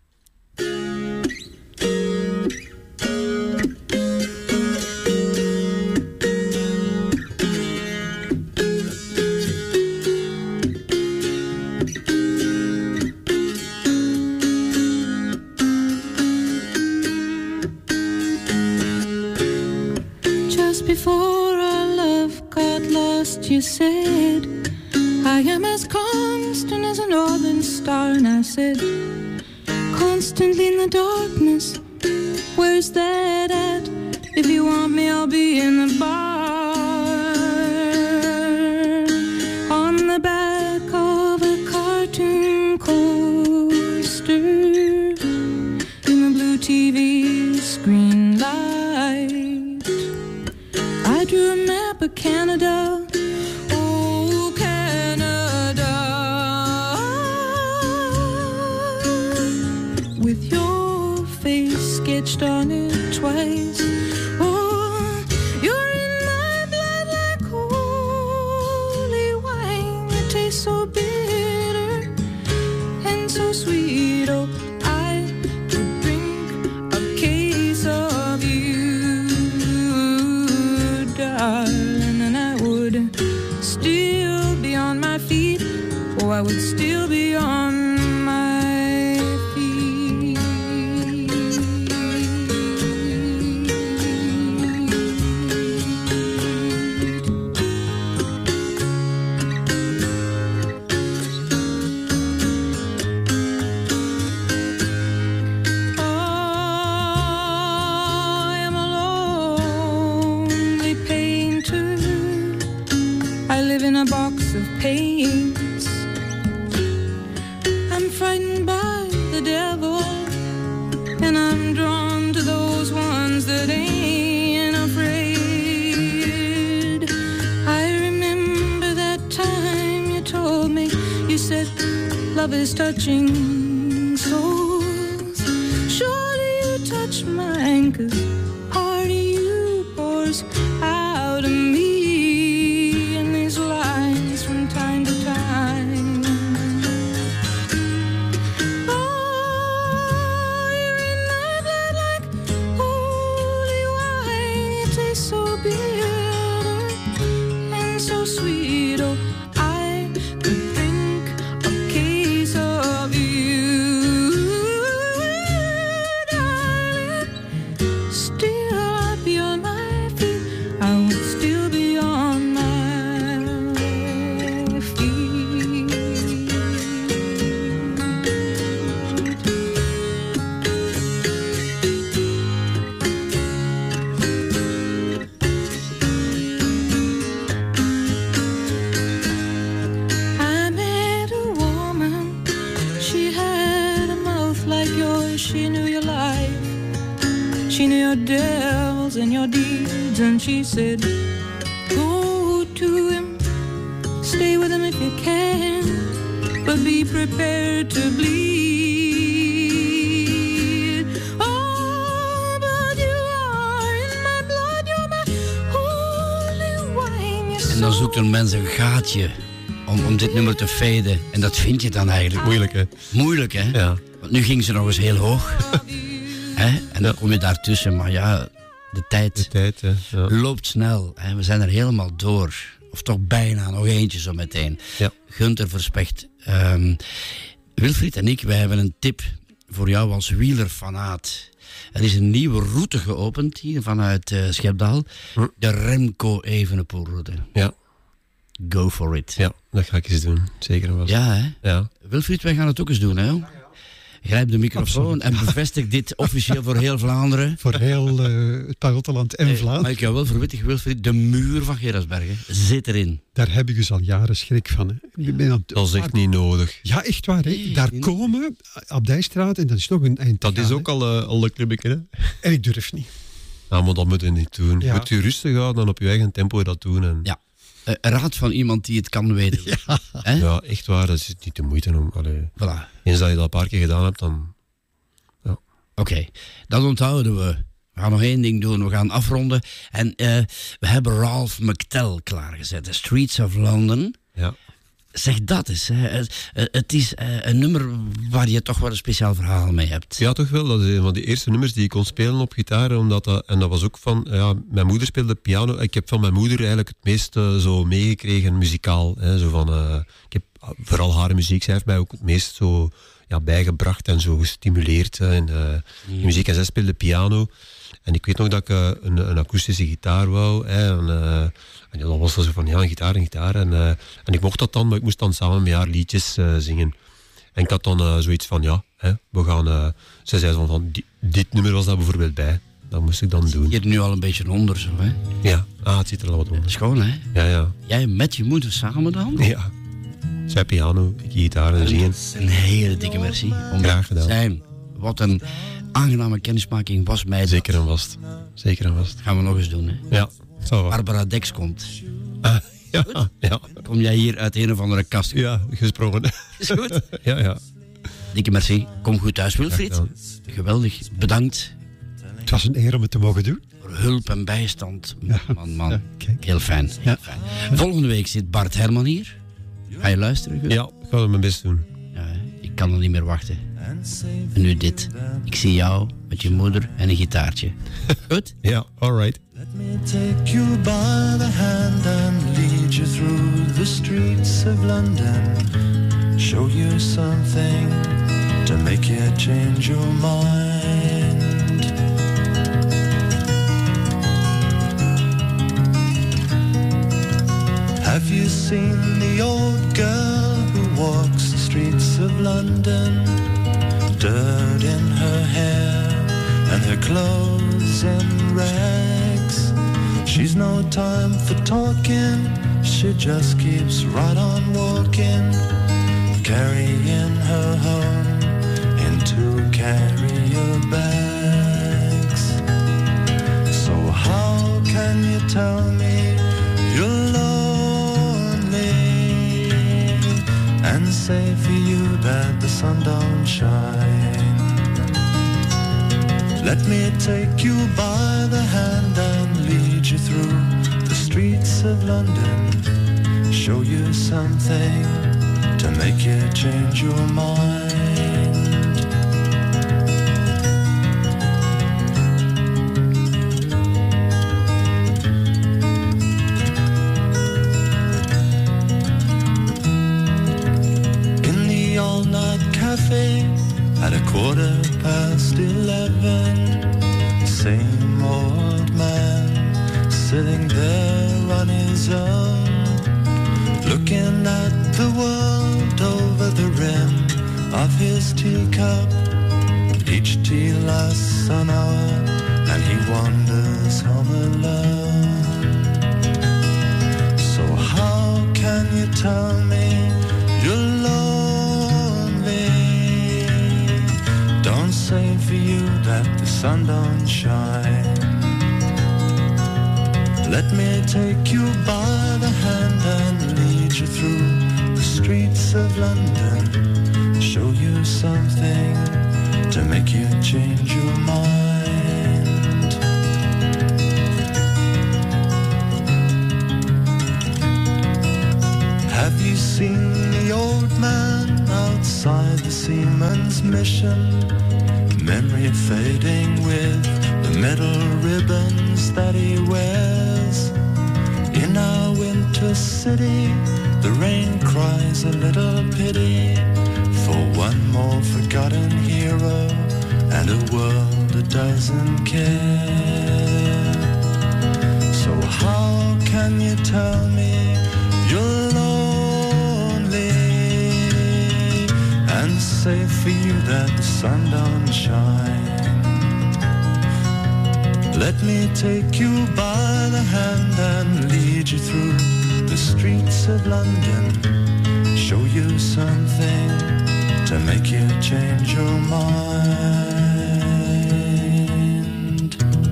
Before our love got lost, you said, I am as constant as a northern star. And I said, constantly in the darkness, where's that at? If you want me, I'll be in the bar. On the back of a cartoon coaster, touched on it twice. Oh, you're in my blood like holy wine. It tastes so bitter and so sweet. Oh, I could drink a case of you, darling, and I would still be on my feet. Oh, I would still be on my feet. I am a lonely painter. I live in a box of paints. I'm frightened by the devil, and I'm drawn to those ones that ain't afraid. I remember that time you told me, you said, love is touching souls. Surely you touch mine, 'cause part of you pours out of me in these lines from time to time. Oh, you're in my blood like holy wine. It tastes so bitter and so sweet. Oh, I could drink a case of you, darling. Still I'd be on my feet. I would still be on my feet. I met a woman. She had a mouth like yours. She knew your life. She knew your devils and your deeds. And she said, go to him. Stay with him if you can. But be prepared to bleed. Oh, but you are in my blood. You're my holy wine. You're En dan so zoekt een mens een gaatje om, om dit nummer te faden. En dat vind je dan eigenlijk. Moeilijk, hè? Moeilijk, hè? Ja. Want nu ging ze nog eens heel hoog. Hè? En dan kom je daartussen. Maar ja, de tijd, De tijd, hè. Ja. loopt snel. Hè? We zijn er helemaal door. Of toch bijna, nog eentje zo meteen. Ja. Gunther Verspecht. Ehm, Wilfried en ik, wij hebben een tip voor jou als wielerfanaat. Er is een nieuwe route geopend hier vanuit uh, Schepdaal. Hm. De Remco Evenepoel-route. Ja. Go for it. Ja, dat ga ik eens doen. Zeker en vast. Ja, hè? Ja. Wilfried, wij gaan het ook eens doen, hè? Grijp de microfoon en bevestig dit officieel voor heel Vlaanderen. Voor heel uh, het Pajottenland en Eh, Vlaanderen. Maar ik jou wel verwittig, Wilfried, de muur van Gerardsbergen zit erin. Daar heb ik dus al jaren schrik van. Hè. Ik ben aan het- Dat is echt niet nodig. Ja, echt waar. Hè. Nee, Daar niet komen, Abdijstraat, en dat is nog een eind te Dat is gaan, ook al, uh, al een clubje, hè? hè. En ik durf niet. Nou, maar dat moet je niet doen. Ja. Moet je rustig houden en op je eigen tempo dat doen. En... Ja. Uh, raad van iemand die het kan weten. Ja. Hè? Ja, echt waar. Dat is niet de moeite om... Allee. Voilà. Eens dat je dat een paar keer gedaan hebt, dan... Oké, okay. Dat onthouden we. We gaan nog één ding doen, we gaan afronden. En uh, we hebben Ralph McTell klaargezet, The Streets of London. Ja. Zeg dat eens. Hè. Het, het is uh, een nummer waar je toch wel een speciaal verhaal mee hebt. Ja, toch wel. Dat is een van de eerste nummers die ik kon spelen op gitaar. Omdat dat, en dat was ook van... Ja, mijn moeder speelde piano. Ik heb van mijn moeder eigenlijk het meest uh, zo meegekregen muzikaal. Hè, zo van, uh, ik heb vooral haar muziek. Zij heeft mij ook het meest zo... Ja, bijgebracht en zo gestimuleerd uh, in, uh, in muziek. En zij speelde piano. En ik weet nog dat ik uh, een, een akoestische gitaar wou. Hè, en, uh, en dat was zo van, ja, een gitaar, een gitaar. En, uh, en ik mocht dat dan, maar ik moest dan samen met haar liedjes uh, zingen. En ik had dan uh, zoiets van, ja, hè, we gaan... Uh, zij zei van, van dit, dit nummer was daar bijvoorbeeld bij. Dat moest ik dan doen. Je zit er nu al een beetje onder, zo, hè? Ja, ah, het zit er al wat onder. Schoon, hè? Ja, ja. Jij met je moeder samen dan? Ja. Zij piano, ik gitaar en zingen. Een hele dikke merci. Om Graag gedaan. Zijn. Wat een aangename kennismaking was mij dat. Zeker en vast. Zeker en vast. Gaan we nog eens doen, hè? Ja. Zo. Barbara Dex komt. Ah, ja, ja. Kom jij hier uit een of andere kast? Ja, gesprongen. Is goed? Ja, ja. Dikke merci. Kom goed thuis, Wilfried. Geweldig. Bedankt. Het was een eer om het te mogen doen. Voor hulp en bijstand. Ja. Man, man. Ja, Heel fijn. Heel Ja. fijn. Volgende week zit Bart Herman hier. Ga je luisteren? Gus? Ja, ik ga mijn best doen. Ja, hè? Ik kan er niet meer wachten. En nu dit. Ik zie jou met je moeder en een gitaartje. Goed? Ja, alright. Let me take you by the hand and lead you through the streets of London. Show you something to make you change your mind. Have you seen the old girl who walks the streets of London? Dirt in her hair and her clothes in rags. She's no time for talking, she just keeps right on walking, carrying her home in two carrier bags. So how can you tell me you're lonely and say for you that the sun don't shine? Let me take you by the hand and lead you through the streets of London. Show you something to make you change your mind. In the all-night cafe at a quarter past eleven, same old man sitting there on his own, looking at the world over the rim of his teacup. Each tea lasts an hour and he wanders home alone. So how can you tell me you're lonely? Don't say for you that the sun don't shine. Let me take you by the hand and lead you through the streets of London. Show you something to make you change your mind. Have you seen the old man outside the Seaman's Mission? Memory fading with the metal ribbons that he wears. In our winter city, the rain cries a little pity for one more forgotten hero and a world that doesn't care. So how can you tell me you're lonely and say for you that the sun don't shine? Let me take you by the hand and lead you through the streets of London. Show you something to make you change your mind.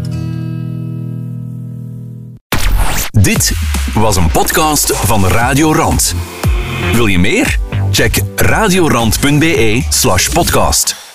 Dit was een podcast van Radio Rand. Wil je meer? Check radiorand punt be slash podcast.